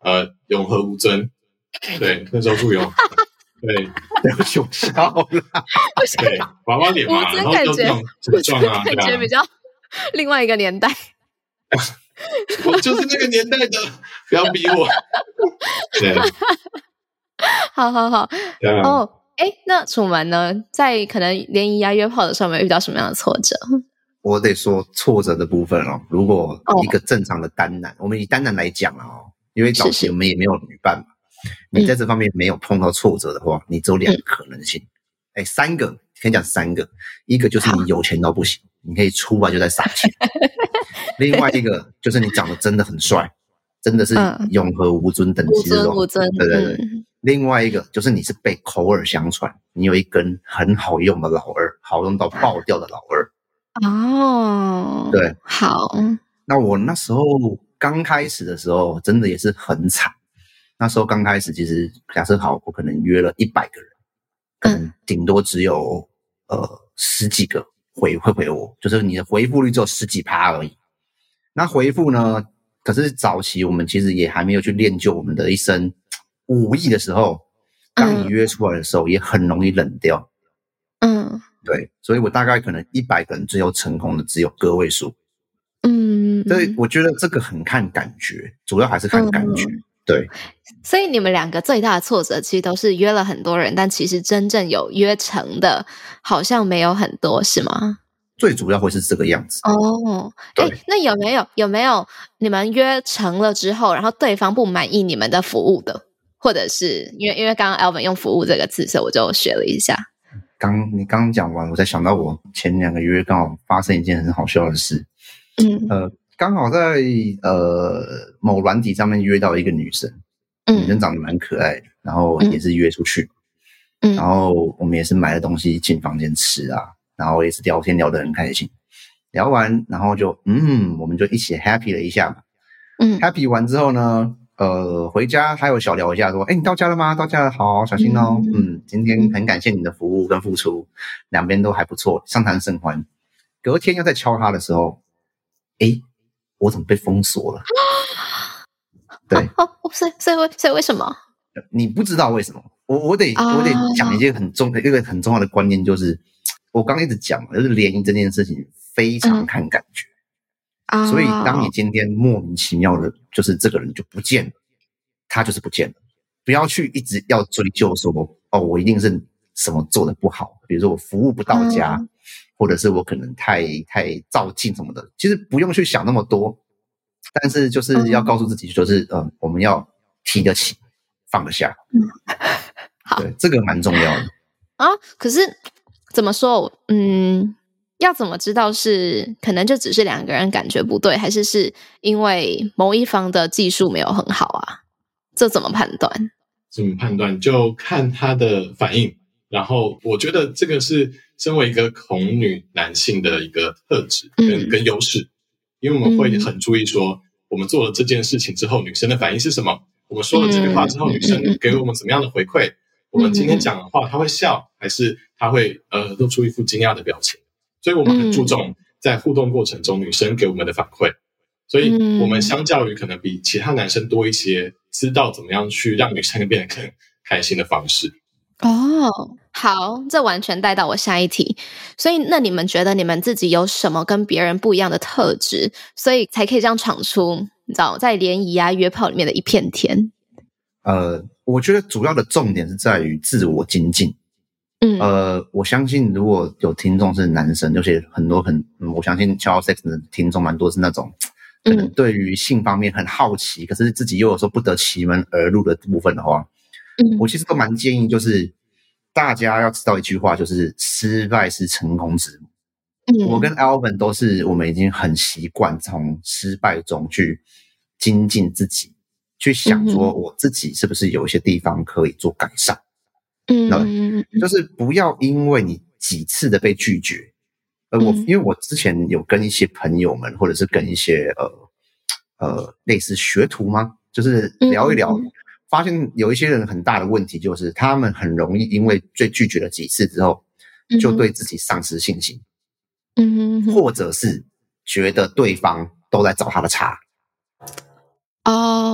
呃永和吴尊，对，那时候住永和，对， 有笑了， 对，娃娃脸嘛，然后就那种形状啊， 感觉比较另外一个年代。 我就是那个年代的，不要逼我。对， 好好好，哦，哎，那楚门呢？在可能联谊啊、约炮的时候，有没有遇到什么样的挫折？ 我得说挫折的部分哦，如果一个正常的单男，哦、我们以单男来讲哦，因为早期我们也没有女伴嘛，是是你在这方面没有碰到挫折的话，嗯、你只有两个可能性，哎、嗯，三个，可以讲三个，一个就是你有钱到不行，你可以出来就在撒钱。另外一个就是你长得真的很帅，真的是永和吴尊等级这种， 吴尊， 对对对。嗯、另外一个就是你是被口耳相传，你有一根很好用的老二，好用到爆掉的老二。 哦， 对， 好。 那我那时候刚开始的时候，真的也是很惨。那时候刚开始，其实假设好，我可能约了一百个人，可能顶多只有、嗯、呃十几个回会回我，就是你的回复率只有十几趴而已。那回复呢？可是早期我们其实也还没有去练就我们的一身武艺的时候，当你约出来的时候，也很容易冷掉。 嗯， 对，所以我大概可能一百个人最后成功的只有个位数。 嗯， 所以我觉得这个很看感觉，主要还是看感觉。嗯、对， 所以你们两个最大的挫折其实都是约了很多人，但其实真正有约成的，好像没有很多，是吗？ 最主要会是这个样子哦。哎，那有没有有没有你们约成了之后，然后对方不满意你们的服务的，或者是因为因为刚刚 Alvin 用服务这个字，所以我就学了一下。 刚你刚讲完，我才想到我前两个月刚好发生一件很好笑的事。 嗯， 呃，刚好在呃某软体上面约到一个女生，嗯、女生长得蛮可爱的，然后也是约出去，嗯，然后我们也是买了东西进房间吃啊。然后也是聊天聊得很开心，聊完然后就嗯，我们就一起 happy 了一下嘛， 嗯 ，happy 完之后呢，呃，回家还有小聊一下说，哎，你到家了吗？到家了，好，小心哦，嗯，嗯今天很感谢你的服务跟付出，两边都还不错，相谈甚欢。隔天要再敲他的时候，哎，我怎么被封锁了？对， 哦，哦所以所以所以为什么？ 你不知道为什么？我我得、啊、我得讲一件很重一个很重要的观念，就是。我刚一直讲嘛，就是联谊这件事情非常看感觉、嗯、所以当你今天莫名其妙的就是这个人就不见了，他就是不见了，不要去一直要追究说哦，我一定是什么做的不好，比如说我服务不到家、嗯、或者是我可能太太躁进什么的，其实不用去想那么多，但是就是要告诉自己就是嗯、呃，我们要提得起放得下、 嗯、好， 对，这个蛮重要的啊。可是怎么说？嗯，要怎么知道是可能就只是两个人感觉不对，还是是因为某一方的技术没有很好啊？这怎么判断？ 怎么判断？就看他的反应。然后我觉得这个是身为一个恐女男性的一个特质跟、嗯、跟优势，因为我们会很注意说，我们做了这件事情之后，女生的反应是什么？我们说了这句话之后，嗯、女生给我们怎么样的回馈？我们今天讲的话，他会笑，还是他会呃露出一副惊讶的表情？所以我们很注重在互动过程中女生给我们的反馈，所以我们相较于可能比其他男生多一些，知道怎么样去让女生变得更开心的方式。 哦，好，这完全带到我下一题。所以那你们觉得你们自己有什么跟别人不一样的特质，所以才可以这样闯出你知道在联谊啊约炮里面的一片天？ 呃，我觉得主要的重点是在于自我精进。嗯，呃，我相信如果有听众是男生，尤其很多很、嗯，我相信 Child Sex 的听众蛮多是那种，可能对于性方面很好奇，嗯、可是自己又有时候不得其门而入的部分的话，嗯，我其实都蛮建议，就是大家要知道一句话，就是失败是成功之母。嗯，我跟 Alvin 都是我们已经很习惯从失败中去精进自己。去想说我自己是不是有一些地方可以做改善，嗯，就是不要因为你几次的被拒绝，呃，我因为我之前有跟一些朋友们，或者是跟一些呃呃类似学徒吗，就是聊一聊，发现有一些人很大的问题就是他们很容易因为被拒绝了几次之后，就对自己丧失信心，嗯，或者是觉得对方都在找他的茬。 哦，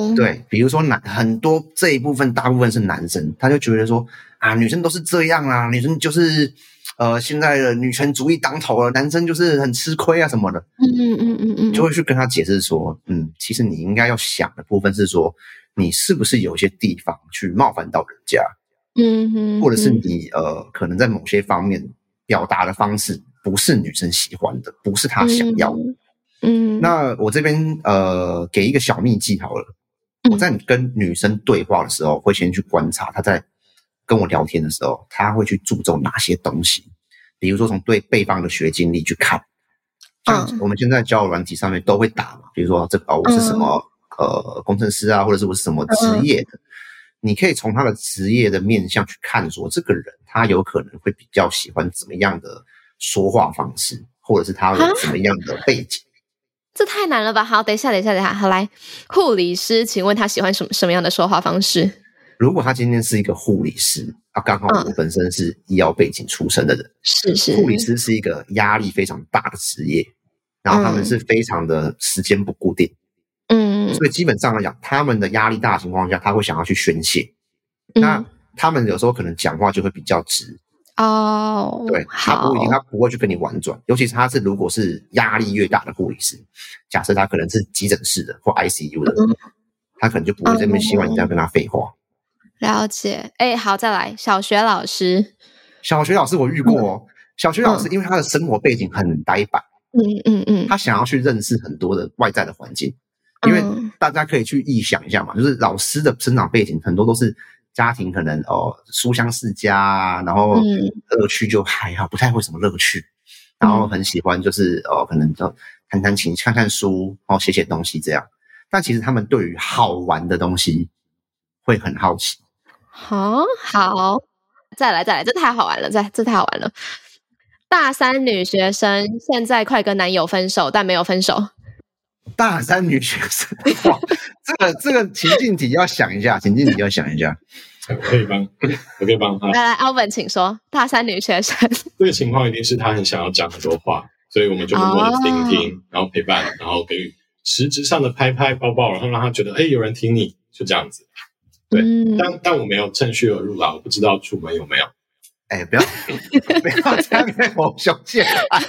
哦， 对，比如说男很多这一部分大部分是男生，他就觉得说啊，女生都是这样啊，女生就是呃现在的女权主义当头了，男生就是很吃亏啊什么的。 嗯嗯嗯嗯， 就会去跟他解释说，嗯，其实你应该要想的部分是说，你是不是有些地方去冒犯到人家， 嗯哼， 或者是你呃可能在某些方面表达的方式不是女生喜欢的，不是她想要的。 嗯， 那我这边呃给一个小秘技好了，我在跟女生对话的时候，会先去观察她在跟我聊天的时候，她会去注重哪些东西，比如说从对对方的学经历去看，像我们现在交友软体上面都会打嘛，比如说这个哦我是什么、嗯、呃工程师啊，或者是我是什么职业的，嗯、你可以从他的职业的面向去看说，这个人他有可能会比较喜欢怎么样的说话方式，或者是他有怎么样的背景。 这太难了吧？好，等一下，等一下，等一下，好来，护理师，请问他喜欢什么什么样的说话方式？ 如果他今天是一个护理师啊，刚好我本身是医药背景出身的人， 是是， 护理师是一个压力非常大的职业，然后他们是非常的时间不固定，嗯，所以基本上来讲，他们的压力大的情况下，他会想要去宣泄，嗯、那他们有时候可能讲话就会比较直。 哦， 对，他不一定，他不会去跟你婉转，尤其是他是如果是压力越大的护理师，假设他可能是急诊室的或 I C U 的，嗯、他可能就不会这边希望你再跟他废话。 了解，哎，好，再来，小学老师， 小学老师我遇过哦，嗯、小学老师因为他的生活背景很呆板， 嗯嗯嗯， 他想要去认识很多的外在的环境，因为大家可以去臆想一下嘛，就是老师的生长背景很多都是。家庭可能哦书香世家啊，然后乐趣就还好，不太会什么乐趣，然后很喜欢就是哦可能就弹弹琴、看看书，然后写写东西这样。但其实他们对于好玩的东西会很好奇。 好，好，再来再来，这太好玩了，这这太好玩了。大三女学生现在快跟男友分手，但没有分手。 大三女学生，哇，这个这个情境题要想一下，情境题要想一下。 我可以帮，我可以帮他。 来来 ，Alvin， 请说。大三女学生， 这个情况一定是他很想要讲很多话，所以我们就默默的聆听，哦、然后陪伴，然后给予实质上的拍拍抱抱，然后让他觉得，哎，有人听你，就这样子。对，嗯、但但我没有趁虚而入啦，我不知道楚门有没有。 哎，不要不要这样跟我胸陷害。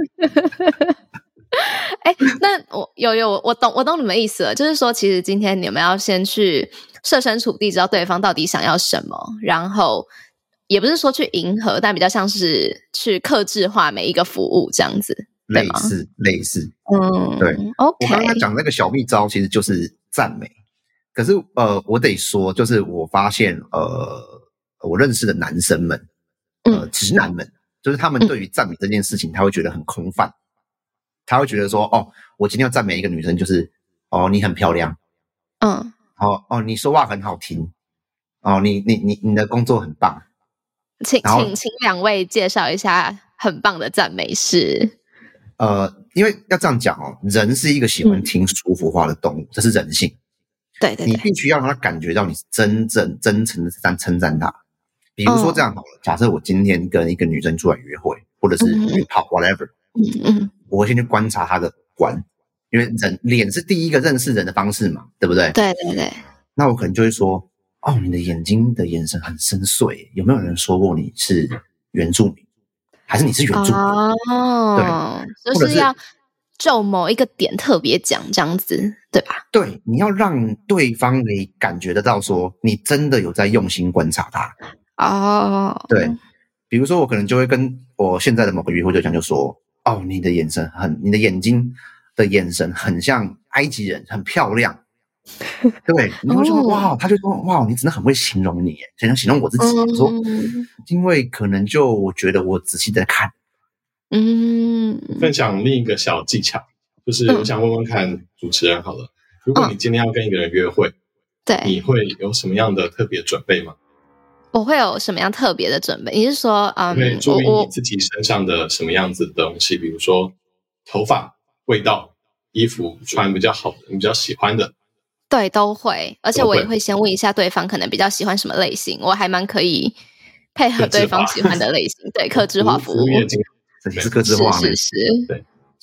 哎，那我有有我懂我懂你们意思了，就是说，其实今天你们要先去设身处地，知道对方到底想要什么，然后也不是说去迎合，但比较像是去客制化每一个服务这样子， 类似类似， 嗯， 对。 OK， 我刚刚讲那个小秘招，其实就是赞美。可是呃，我得说，就是我发现呃，我认识的男生们，呃，直男们，就是他们对于赞美这件事情，他会觉得很空泛。他会觉得说，哦，我今天要赞美一个女生，就是哦，你很漂亮， 嗯， 哦哦，你说话很好听，哦，你你你你的工作很棒， 请请请两位介绍一下很棒的赞美是。 呃，因为要这样讲哦，人是一个喜欢听舒服话的动物，嗯、这是人性。 对对对， 你必须要让他感觉到你是真正真诚的在称赞他。比如说这样好了，哦、假设我今天跟一个女生出来约会，或者是约炮、嗯、，whatever。 嗯嗯， 我会先去观察他的观，因为人脸是第一个认识人的方式嘛，对不对？ 对对对。 那我可能就会说，哦，你的眼睛的眼神很深邃，有没有人说过你是原住民，还是你是原住民？ 哦，对，就是要就某一个点特别讲这样子，对吧？ 对，你要让对方你感觉得到说，你真的有在用心观察他。 哦， 对，比如说我可能就会跟我现在的某个约会对象就说。哦，你的眼神很，你的眼睛的眼神很像埃及人，很漂亮。对，你会说、哦、哇，他就说哇，你真的很会形容你，很想形容我自己。我、嗯、说，因为可能就我觉得我仔细在看。 嗯， 分享另一个小技巧，就是我想问问看主持人好了，如果你今天要跟一个人约会， 对、嗯， 你会有什么样的特别准备吗？ 我会有什么样特别的准备？你是说，嗯， 会注意你自己身上的什么样子的东西？比如说头发、味道、衣服穿比较好的，你比较喜欢的， 对，都会。而且我也会先问一下对方可能比较喜欢什么类型，我还蛮可以配合对方喜欢的类型，对，客制化服务， 这也是客制化， 是是是， 对。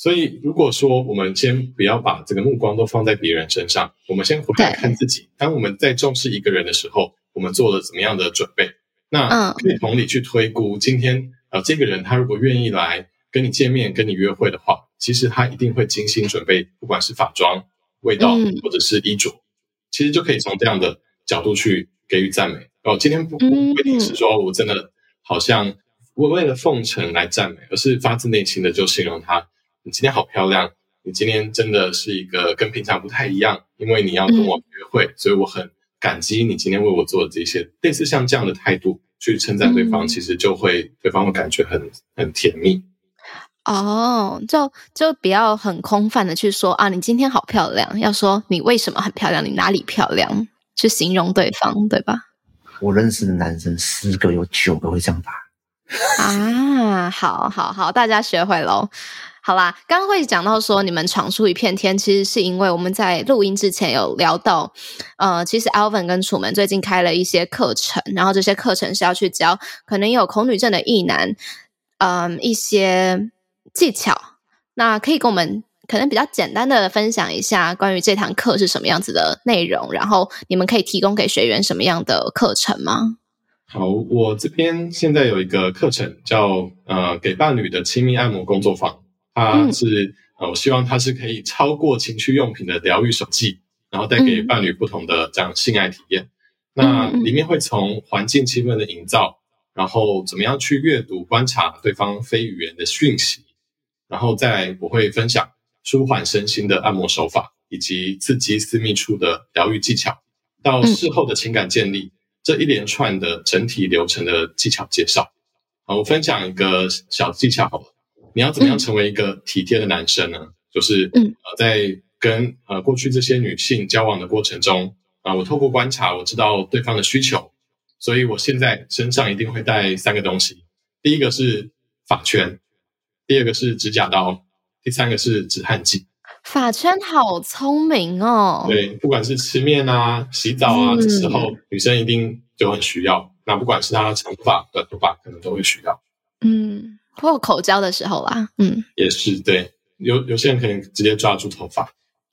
所以如果说我们先不要把这个目光都放在别人身上，我们先回来看自己，当我们在重视一个人的时候，我们做了怎么样的准备，那可以同理去推估今天呃这个人他如果愿意来跟你见面跟你约会的话，其实他一定会精心准备，不管是化妆、味道或者是衣着、嗯、其实就可以从这样的角度去给予赞美。哦，今天不不一定是说我真的好像我为了奉承来赞美，而是发自内心的就形容他，你今天好漂亮，你今天真的是一个跟平常不太一样，因为你要跟我约会、嗯、所以我很感激你今天为我做的这些，类似像这样的态度去称赞对方、嗯、其实就会对方会感觉很很甜蜜。 哦，就就不要很空泛的去说啊，你今天好漂亮，要说你为什么很漂亮，你哪里漂亮，去形容对方，对吧？ 我认识的男生十个有九个会这样打。 啊，好好好，大家学会咯。好啦，刚刚会讲到说你们闯出一片天，其实是因为我们在录音之前有聊到，呃，其实 Alvin 跟楚门最近开了一些课程，然后这些课程是要去教可能有恐女症的异男，嗯、呃，一些技巧。那可以跟我们可能比较简单的分享一下关于这堂课是什么样子的内容，然后你们可以提供给学员什么样的课程吗？ 好，我这边现在有一个课程叫呃给伴侣的亲密按摩工作坊，它是、嗯、呃我希望它是可以超过情趣用品的疗愈手记，然后带给伴侣不同的这样性爱体验、嗯、那里面会从环境气氛的营造，然后怎么样去阅读观察对方非语言的讯息，然后再来我会分享舒缓身心的按摩手法，以及刺激私密处的疗愈技巧，到事后的情感建立、嗯、这一连串的整体流程的技巧介绍。好，我分享一个小技巧好了，你要怎么样成为一个体贴的男生呢、嗯、就是呃在跟呃过去这些女性交往的过程中啊、呃，我透过观察我知道对方的需求，所以我现在身上一定会带三个东西，第一个是发圈，第二个是指甲刀，第三个是止汗剂。 发圈好聪明哦。 对，不管是吃面啊、洗澡啊、嗯、这时候女生一定就很需要，那不管是她长发、短头发可能都会需要。 嗯，或口交的时候啦，嗯， 也是对，有有些人可能直接抓住头发。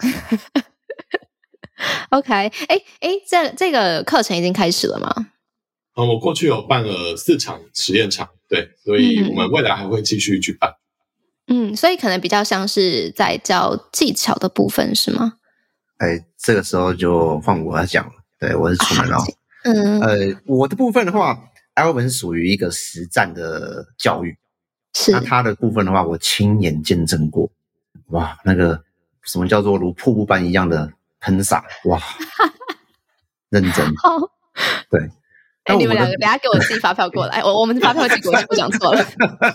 OK， 哎哎，这这个课程已经开始了吗？ 嗯，我过去有办了四场实验场，对，所以我们未来还会继续举办。 嗯，所以可能比较像是在教技巧的部分是吗？ 哎，这个时候就换我来讲了。对，我是楚门哦。 嗯， 呃，我的部分的话 ，Alvin 是属于一个实战的教育， 是。 那他的部分的话，我亲眼见证过。哇，那个什么叫做如瀑布般一样的喷洒，哇，认真。 好， 对。 哎、欸，你们两个等一下给我寄发票过来，我我们发票寄过去，我讲错了。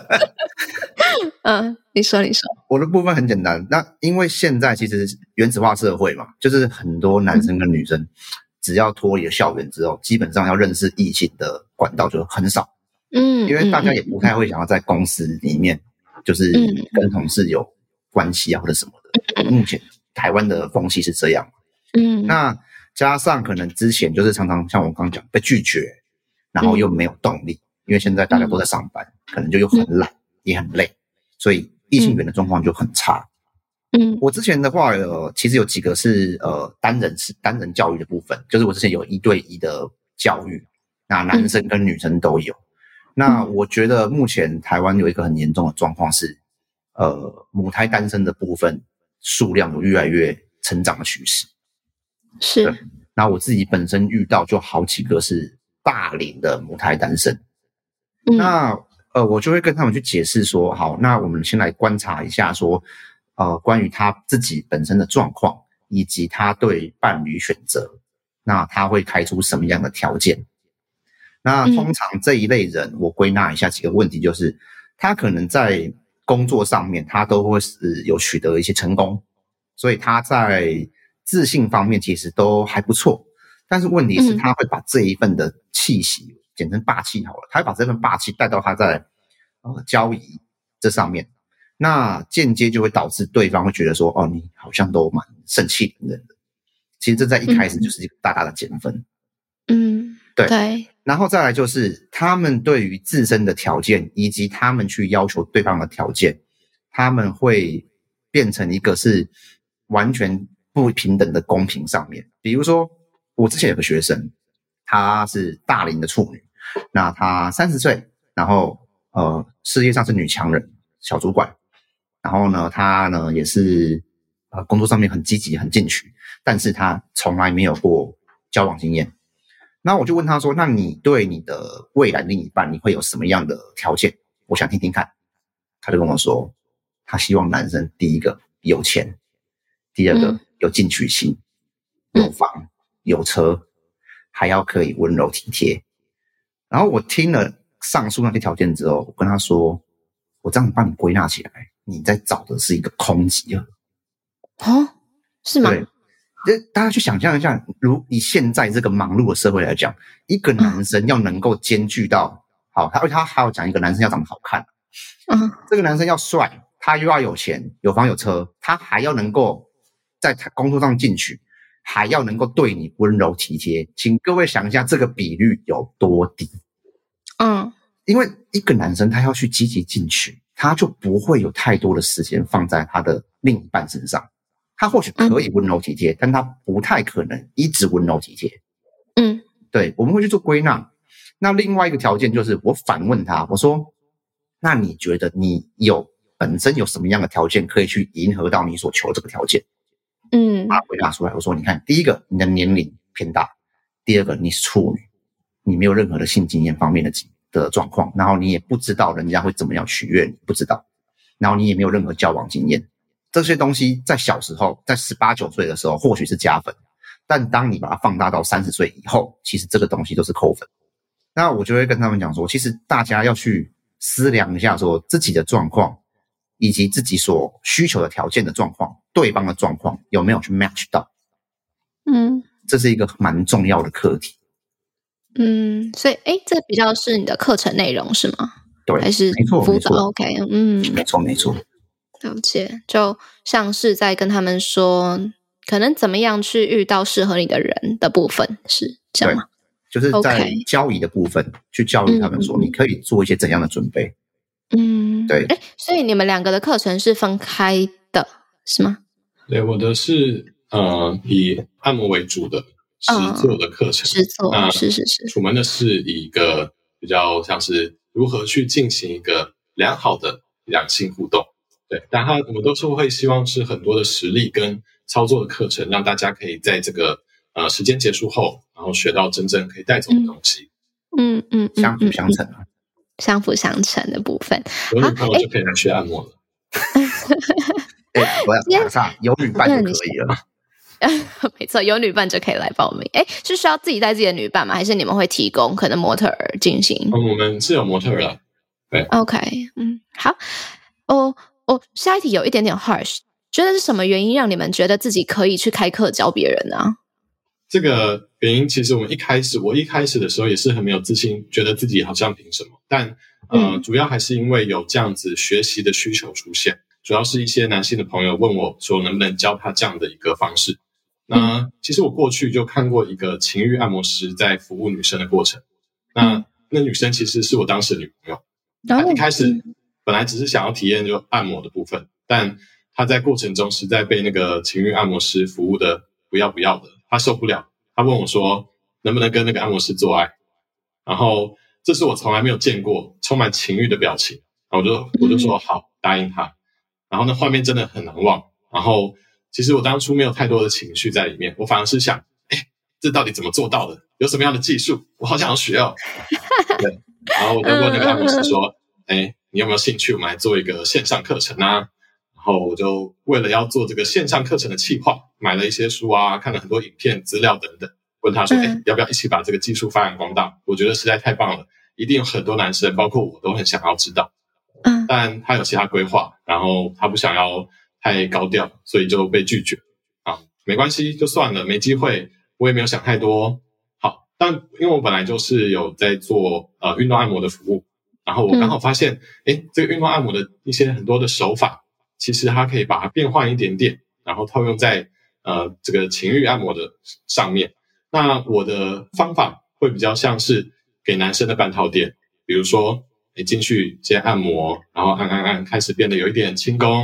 嗯，你说你说。 我的部分很简单，那因为现在其实原子化社会嘛，就是很多男生跟女生、嗯、只要脱离了校园之后，基本上要认识异性的管道就很少。嗯，因为大家也不太会想要在公司里面就是跟同事有关系啊或者什么的。嗯、目前台湾的风气是这样。嗯，那加上可能之前就是常常像我刚刚讲被拒绝。然后又没有动力、嗯、因为现在大家都在上班、嗯、可能就又很懒、嗯、也很累，所以异性缘的状况就很差。嗯，我之前的话呃其实有几个是呃单人是单人教育的部分，就是我之前有一对一的教育，那男生跟女生都有、嗯、那我觉得目前台湾有一个很严重的状况是呃母胎单身的部分数量有越来越成长的趋势。 是， 那我自己本身遇到就好几个是大龄的母胎单身、嗯、那呃，我就会跟他们去解释说，好，那我们先来观察一下说呃，关于他自己本身的状况以及他对伴侣选择，那他会开出什么样的条件。那通常这一类人、嗯、我归纳一下几个问题，就是他可能在工作上面他都会是有取得一些成功，所以他在自信方面其实都还不错，但是问题是他会把这一份的气息、嗯、简称霸气好了，他会把这份霸气带到他在呃交易这上面，那间接就会导致对方会觉得说，哦，你好像都蛮盛气凌人的。其实这在一开始就是一个大大的减分。嗯，对对。然后再来就是他们对于自身的条件以及他们去要求对方的条件，他们会变成一个是完全不平等的公平上面。比如说我之前有个学生，她是大龄的处女，那她三十岁，然后呃事业上是女强人，小主管，然后呢她呢也是呃工作上面很积极很进取，但是她从来没有过交往经验。那我就问她说，那你对你的未来另一半你会有什么样的条件？我想听听看。她就跟我说，她希望男生第一个有钱，第二个、嗯、有进取心，有房、嗯、有车，还要可以温柔体贴。然后我听了上述那些条件之后，我跟他说，我这样帮你归纳起来，你在找的是一个空集合。 哦，是吗？ 对，大家去想象一下，如以现在这个忙碌的社会来讲，一个男生要能够兼具到、嗯、好，他他还要讲一个男生要长得好看，嗯，这个男生要帅，他又要有钱，有房有车，他还要能够在工作上进取，还要能够对你温柔体贴，请各位想一下这个比率有多低。 嗯， 因为一个男生他要去积极进取，他就不会有太多的时间放在他的另一半身上。他或许可以温柔体贴、嗯、但他不太可能一直温柔体贴。 嗯， 对，我们会去做归纳。那另外一个条件就是我反问他，我说，那你觉得你有本身有什么样的条件可以去迎合到你所求这个条件？ 嗯， 把它归纳出来。我说，你看，第一个，你的年龄偏大；第二个，你是处女，你没有任何的性经验方面的的状况，然后你也不知道人家会怎么样取悦你，不知道，然后你也没有任何交往经验。这些东西在小时候，在十八九岁的时候或许是加分，但当你把它放大到三十岁以后，其实这个东西都是扣分。那我就会跟他们讲说，其实大家要去思量一下说自己的状况以及自己所需求的条件的状况，对方的状况有没有去 match 到。 嗯， 这是一个蛮重要的课题。 嗯，所以诶这比较是你的课程内容是吗？ 对， 还是没错， 辅导 OK， 嗯， 没错没错。 了解，就像是在跟他们说可能怎么样去遇到适合你的人的部分，是这样吗？ 就是在交易的部分、okay. 去教育他们说、嗯、你可以做一些怎样的准备。 嗯， 对。 诶所以你们两个的课程是分开的是吗？ 对，我的是呃以按摩为主的实作的课程， 实作、嗯、是是是。 楚门的是以一个比较像是如何去进行一个良好的两性互动。对，但他我们都是会希望是很多的实力跟操作的课程，让大家可以在这个呃时间结束后，然后学到真正可以带走的东西。 嗯嗯，嗯相辅相成啊， 相辅相成的部分。 有女朋友就可以来学按摩了。 哎，我要马上有女伴就可以了。 没错，有女伴就可以来报名。哎，是需要自己带自己的女伴吗？还是你们会提供可能模特儿进行？ 嗯，我们是有模特儿的。对 ，OK， 嗯，好。哦哦，下一题有一点点 harsh， 觉得是什么原因让你们觉得自己可以去开课教别人呢、啊？ 这个原因其实我们一开始，我一开始的时候也是很没有自信，觉得自己好像凭什么？但呃、嗯，主要还是因为有这样子学习的需求出现，主要是一些男性的朋友问我说，能不能教他这样的一个方式。那其实我过去就看过一个情欲按摩师在服务女生的过程，那那女生其实是我当时的女朋友，她一开始本来只是想要体验就按摩的部分，但她在过程中实在被那个情欲按摩师服务的不要不要的，她受不了，她问我说能不能跟那个按摩师做爱，然后这是我从来没有见过充满情欲的表情，然后我就我就说好，答应她，然后那画面真的很难忘，然后其实我当初没有太多的情绪在里面，我反而是想诶这到底怎么做到的，有什么样的技术，我好想要学哦。对，然后我就问那个按摩师说诶你有没有兴趣我们来做一个线上课程啊？然后我就为了要做这个线上课程的企划，买了一些书啊，看了很多影片资料等等，问他说诶要不要一起把这个技术发扬光大，我觉得实在太棒了，一定有很多男生包括我都很想要知道。 嗯， 但他有其他规划，然后他不想要太高调，所以就被拒绝啊，没关系，就算了，没机会，我也没有想太多。好，但因为我本来就是有在做呃运动按摩的服务，然后我刚好发现，诶、嗯、这个运动按摩的一些很多的手法，其实它可以把它变换一点点，然后套用在呃这个情欲按摩的上面。那我的方法会比较像是给男生的半套店，比如说你进去先按摩，然后按按按，开始变得有一点轻功，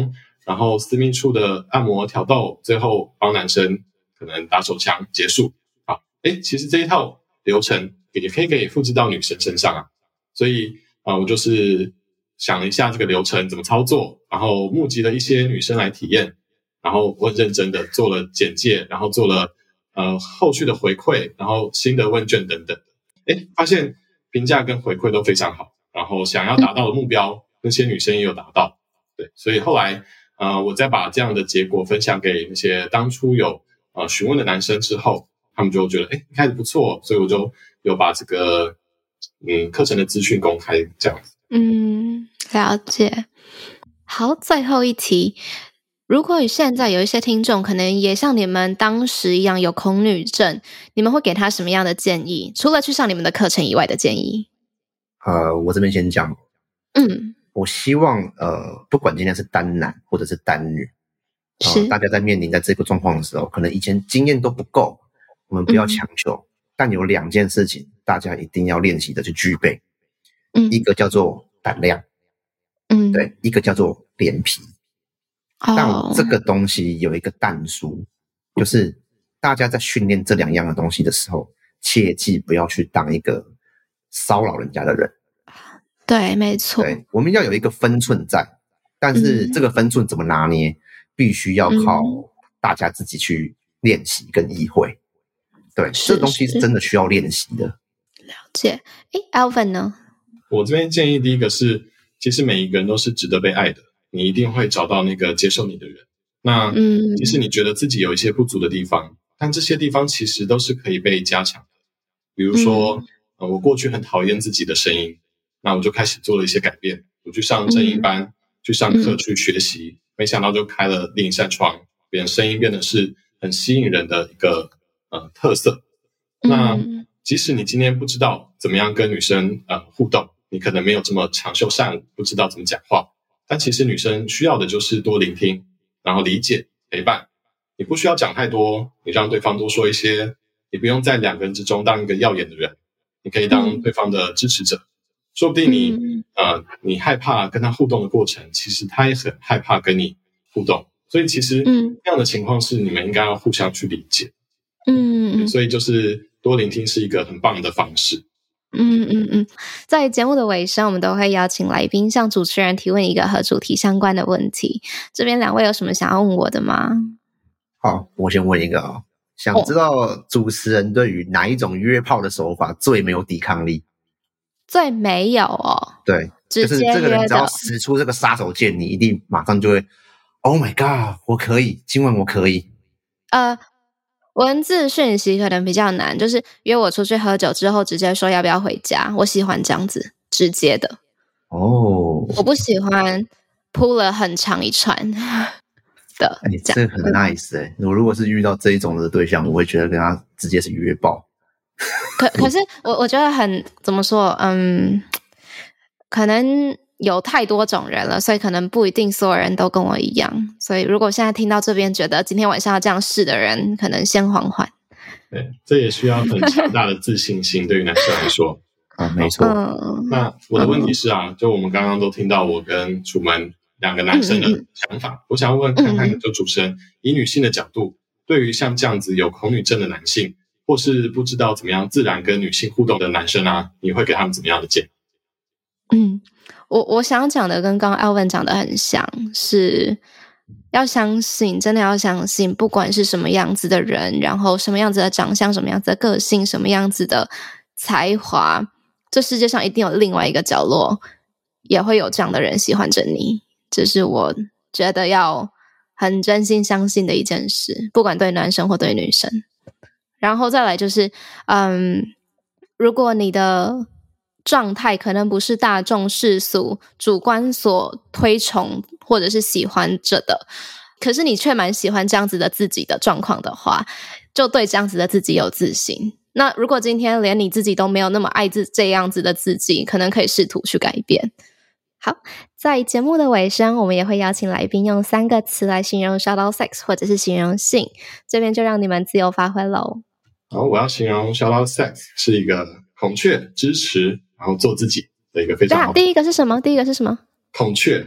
然后私密处的按摩挑逗，最后帮男生可能打手枪结束。好，诶，其实这一套流程也可以给复制到女生身上啊。所以啊、呃，我就是想了一下这个流程怎么操作，然后募集了一些女生来体验，然后我很认真的做了简介，然后做了呃后续的回馈，然后新的问卷等等。诶，发现评价跟回馈都非常好，然后想要达到的目标，那些女生也有达到。对，所以后来呃，我再把这样的结果分享给那些当初有呃询问的男生之后，他们就觉得诶开始不错，所以我就有把这个嗯课程的资讯公开这样子。 嗯，了解。好，最后一题，如果现在有一些听众可能也像你们当时一样有恐女症，你们会给他什么样的建议？除了去上你们的课程以外的建议？ 呃，我这边先讲。 嗯， 我希望呃，不管今天是单男或者是单女，呃、 是大家在面临在这个状况的时候，可能以前经验都不够，我们不要强求。嗯、但有两件事情，大家一定要练习的去具备。嗯，一个叫做胆量，嗯，对，一个叫做脸皮。哦、但这个东西有一个但书，就是大家在训练这两样的东西的时候，切记不要去当一个骚扰人家的人。 对，没错。 对，我们要有一个分寸在，但是这个分寸怎么拿捏，嗯、必须要靠大家自己去练习跟意会。对，这东西是真的需要练习的。 了解。诶 Alvin 呢？ 我这边建议第一个是，其实每一个人都是值得被爱的，你一定会找到那个接受你的人。那其实你觉得自己有一些不足的地方，但这些地方其实都是可以被加强的。比如说，嗯呃、我过去很讨厌自己的声音，那我就开始做了一些改变，我去上正音班，嗯、去上课去学习，没想到就开了另一扇窗，变声音变得是很吸引人的一个呃特色。那即使你今天不知道怎么样跟女生呃互动，你可能没有这么长袖善舞，不知道怎么讲话，但其实女生需要的就是多聆听，然后理解陪伴。你不需要讲太多，你让对方多说一些，你不用在两个人之中当一个耀眼的人，你可以当对方的支持者。嗯、说不定你、嗯、呃你害怕跟他互动的过程，其实他也很害怕跟你互动，所以其实这样的情况是你们应该要互相去理解。嗯，所以就是多聆听是一个很棒的方式。 嗯嗯嗯，在节目的尾声，我们都会邀请来宾向主持人提问一个和主题相关的问题。这边两位有什么想要问我的吗？ 好，我先问一个哦，想知道主持人对于哪一种约炮的手法最没有抵抗力？ 最没有哦， 对，就是这个人只要使出这个杀手锏，你一定马上就会 ，Oh my god， 我可以，今晚我可以。 呃。文字讯息可能比较难，就是约我出去喝酒之后直接说要不要回家，我喜欢这样子直接的。 哦， 我不喜欢铺了很长一串的。 哎、欸，这很 nice 哎、欸！我如果是遇到这一种的对象，我会觉得跟他直接是约爆。 可可是我我觉得很怎么说，嗯，可能有太多种人了，所以可能不一定所有人都跟我一样。所以如果现在听到这边觉得今天晚上要这样试的人，可能先缓缓。 对，这也需要很强大的自信心，对于男生来说。 啊，没错。 嗯、 那我的问题是啊，就我们刚刚都听到我跟楚门两个男生的想法，嗯、我想问看看，就主持人、嗯、以女性的角度，对于像这样子有恐女症的男性，或是不知道怎么样自然跟女性互动的男生啊，你会给他们怎么样的建议？ 嗯。我我想讲的跟刚刚 Alvin 讲的很像，是要相信，真的要相信，不管是什么样子的人，然后什么样子的长相，什么样子的个性，什么样子的才华，这世界上一定有另外一个角落，也会有这样的人喜欢着你。这是我觉得要很真心相信的一件事，不管对男生或对女生。然后再来就是，嗯，如果你的状态可能不是大众世俗主观所推崇或者是喜欢着的，可是你却蛮喜欢这样子的自己的状况的话，就对这样子的自己有自信。那如果今天连你自己都没有那么爱自这样子的自己，可能可以试图去改变。好，在节目的尾声，我们也会邀请来宾用三个词来形容 Shout Out Sex 或者是形容性，这边就让你们自由发挥咯。 好，我要形容 Shout Out Sex 是一个孔雀支持然后做自己的一个非常好。 第一个是什么？第一个是什么？ 孔雀，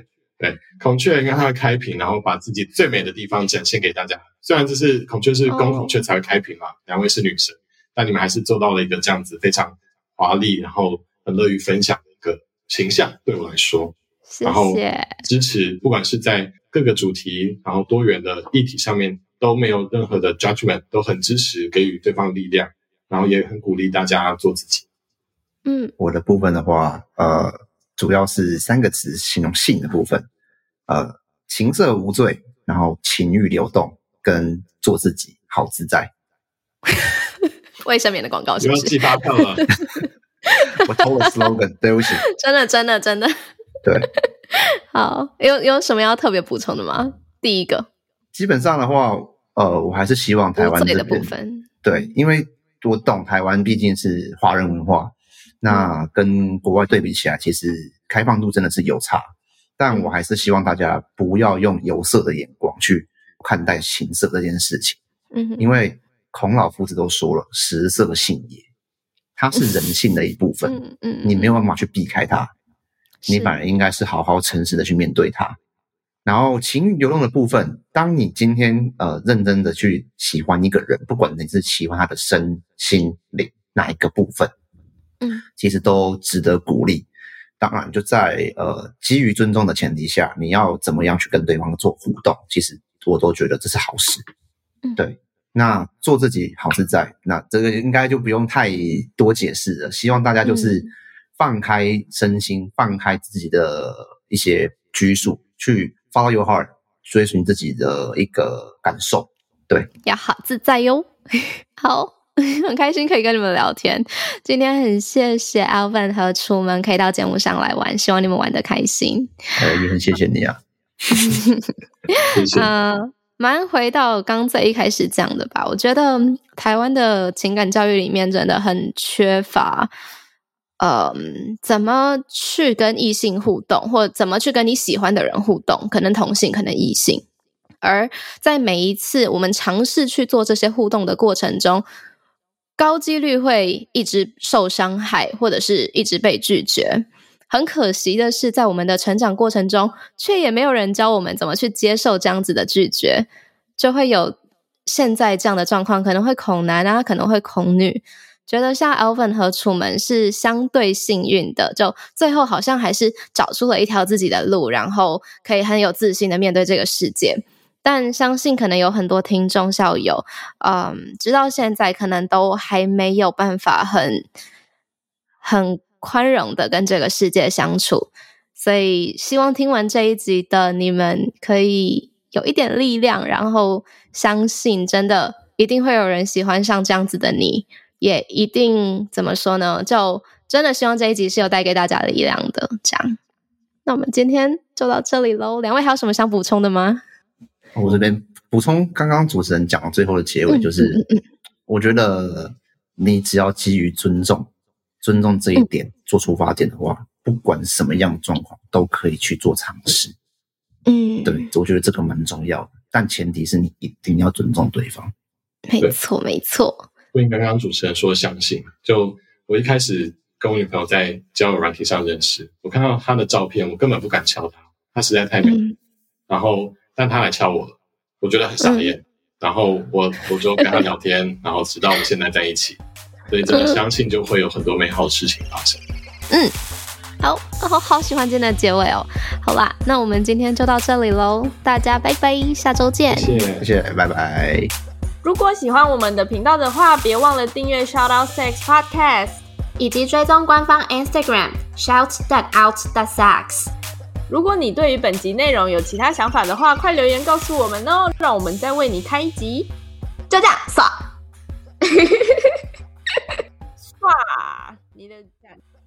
对，孔雀应该它会开屏，然后把自己最美的地方展现给大家。虽然这是孔雀是公孔雀才会开屏嘛，两、oh. 位是女神，但你们还是做到了一个这样子非常华丽，然后很乐于分享的一个形象，对我来说。 谢谢。 然后支持，不管是在各个主题，然后多元的议题上面都没有任何的 judgment， 都很支持，给予对方力量，然后也很鼓励大家做自己。 嗯， 我的部分的话，呃，主要是三个词形容性的部分，呃，情色无罪，然后情欲流动，跟做自己，好自在。 卫生棉的广告是不是？ 不要寄发票了。 我偷了 slogan， 对不起。 真的，真的，真的。 对。 好，有有什么要特别补充的吗？第一个， 基本上的话，呃，我还是希望台湾这边的部分， 对，因为我懂台湾毕竟是华人文化，那跟国外对比起来，其实开放度真的是有差。但我还是希望大家不要用有色的眼光去看待情色这件事情， 嗯，因为孔老夫子都说了，食色性也，它是人性的一部分， 嗯嗯， 你没有办法去避开它，你反而应该是好好诚实的去面对它。然后情欲流动的部分，当你今天呃认真的去喜欢一个人，不管你是喜欢他的身心灵哪一个部分， 嗯， 其实都值得鼓励。当然就在呃基于尊重的前提下，你要怎么样去跟对方做互动，其实我都觉得这是好事。 嗯， 对。那做自己好自在，那这个应该就不用太多解释了。希望大家就是放开身心，嗯，放开自己的一些拘束，去 follow your heart， 追寻自己的一个感受。对， 要好自在哟。好，很开心可以跟你们聊天。今天很谢谢 Alvin 和楚门可以到节目上来玩，希望你们玩得开心。 呃，也很谢谢你啊。 谢谢。 呃蛮回到刚最一开始讲的吧，我觉得台湾的情感教育里面真的很缺乏呃，怎么去跟异性互动，或怎么去跟你喜欢的人互动，可能同性可能异性，而在每一次我们尝试去做这些互动的过程中，高几率会一直受伤害，或者是一直被拒绝。很可惜的是，在我们的成长过程中，却也没有人教我们怎么去接受这样子的拒绝，就会有现在这样的状况，可能会恐男啊，可能会恐女。觉得像 Alvin 和楚门是相对幸运的，就最后好像还是找出了一条自己的路，然后可以很有自信的面对这个世界。但相信可能有很多听众校友，嗯，直到现在可能都还没有办法很很宽容的跟这个世界相处，所以希望听完这一集的你们可以有一点力量，然后相信真的一定会有人喜欢上这样子的你，也一定怎么说呢，就真的希望这一集是有带给大家力量的。这样，那我们今天就到这里咯。两位还有什么想补充的吗？ 我这边补充刚刚主持人讲的最后的结尾，就是、嗯嗯嗯、我觉得你只要基于尊重尊重这一点做出发点的话，不管什么样的状况都可以去做尝试。 嗯， 对，我觉得这个蛮重要的，但前提是你一定要尊重对方。 没错没错。 呼应刚刚主持人说相信，就我一开始跟我女朋友在交友软体上认识，我看到她的照片，我根本不敢敲她，她实在太美、嗯、然后但她来敲我了，我觉得很傻眼、嗯、然后我我就跟她聊天然后直到我们现在在一起，所以真的相信就会有很多美好的事情发生。 嗯，好，好好喜欢今天的结尾哦。好啦，那我们今天就到这里咯，大家拜拜，下周见。 谢谢， 谢谢，拜拜。 如果喜欢我们的频道的话，别忘了订阅 Shout Out Sex Podcast， 以及追踪官方 Instagram Shout That Out That Sex。 如果你对于本集内容有其他想法的话，快留言告诉我们哦，让我们再为你开一集。 就这样，爽。 哇，你的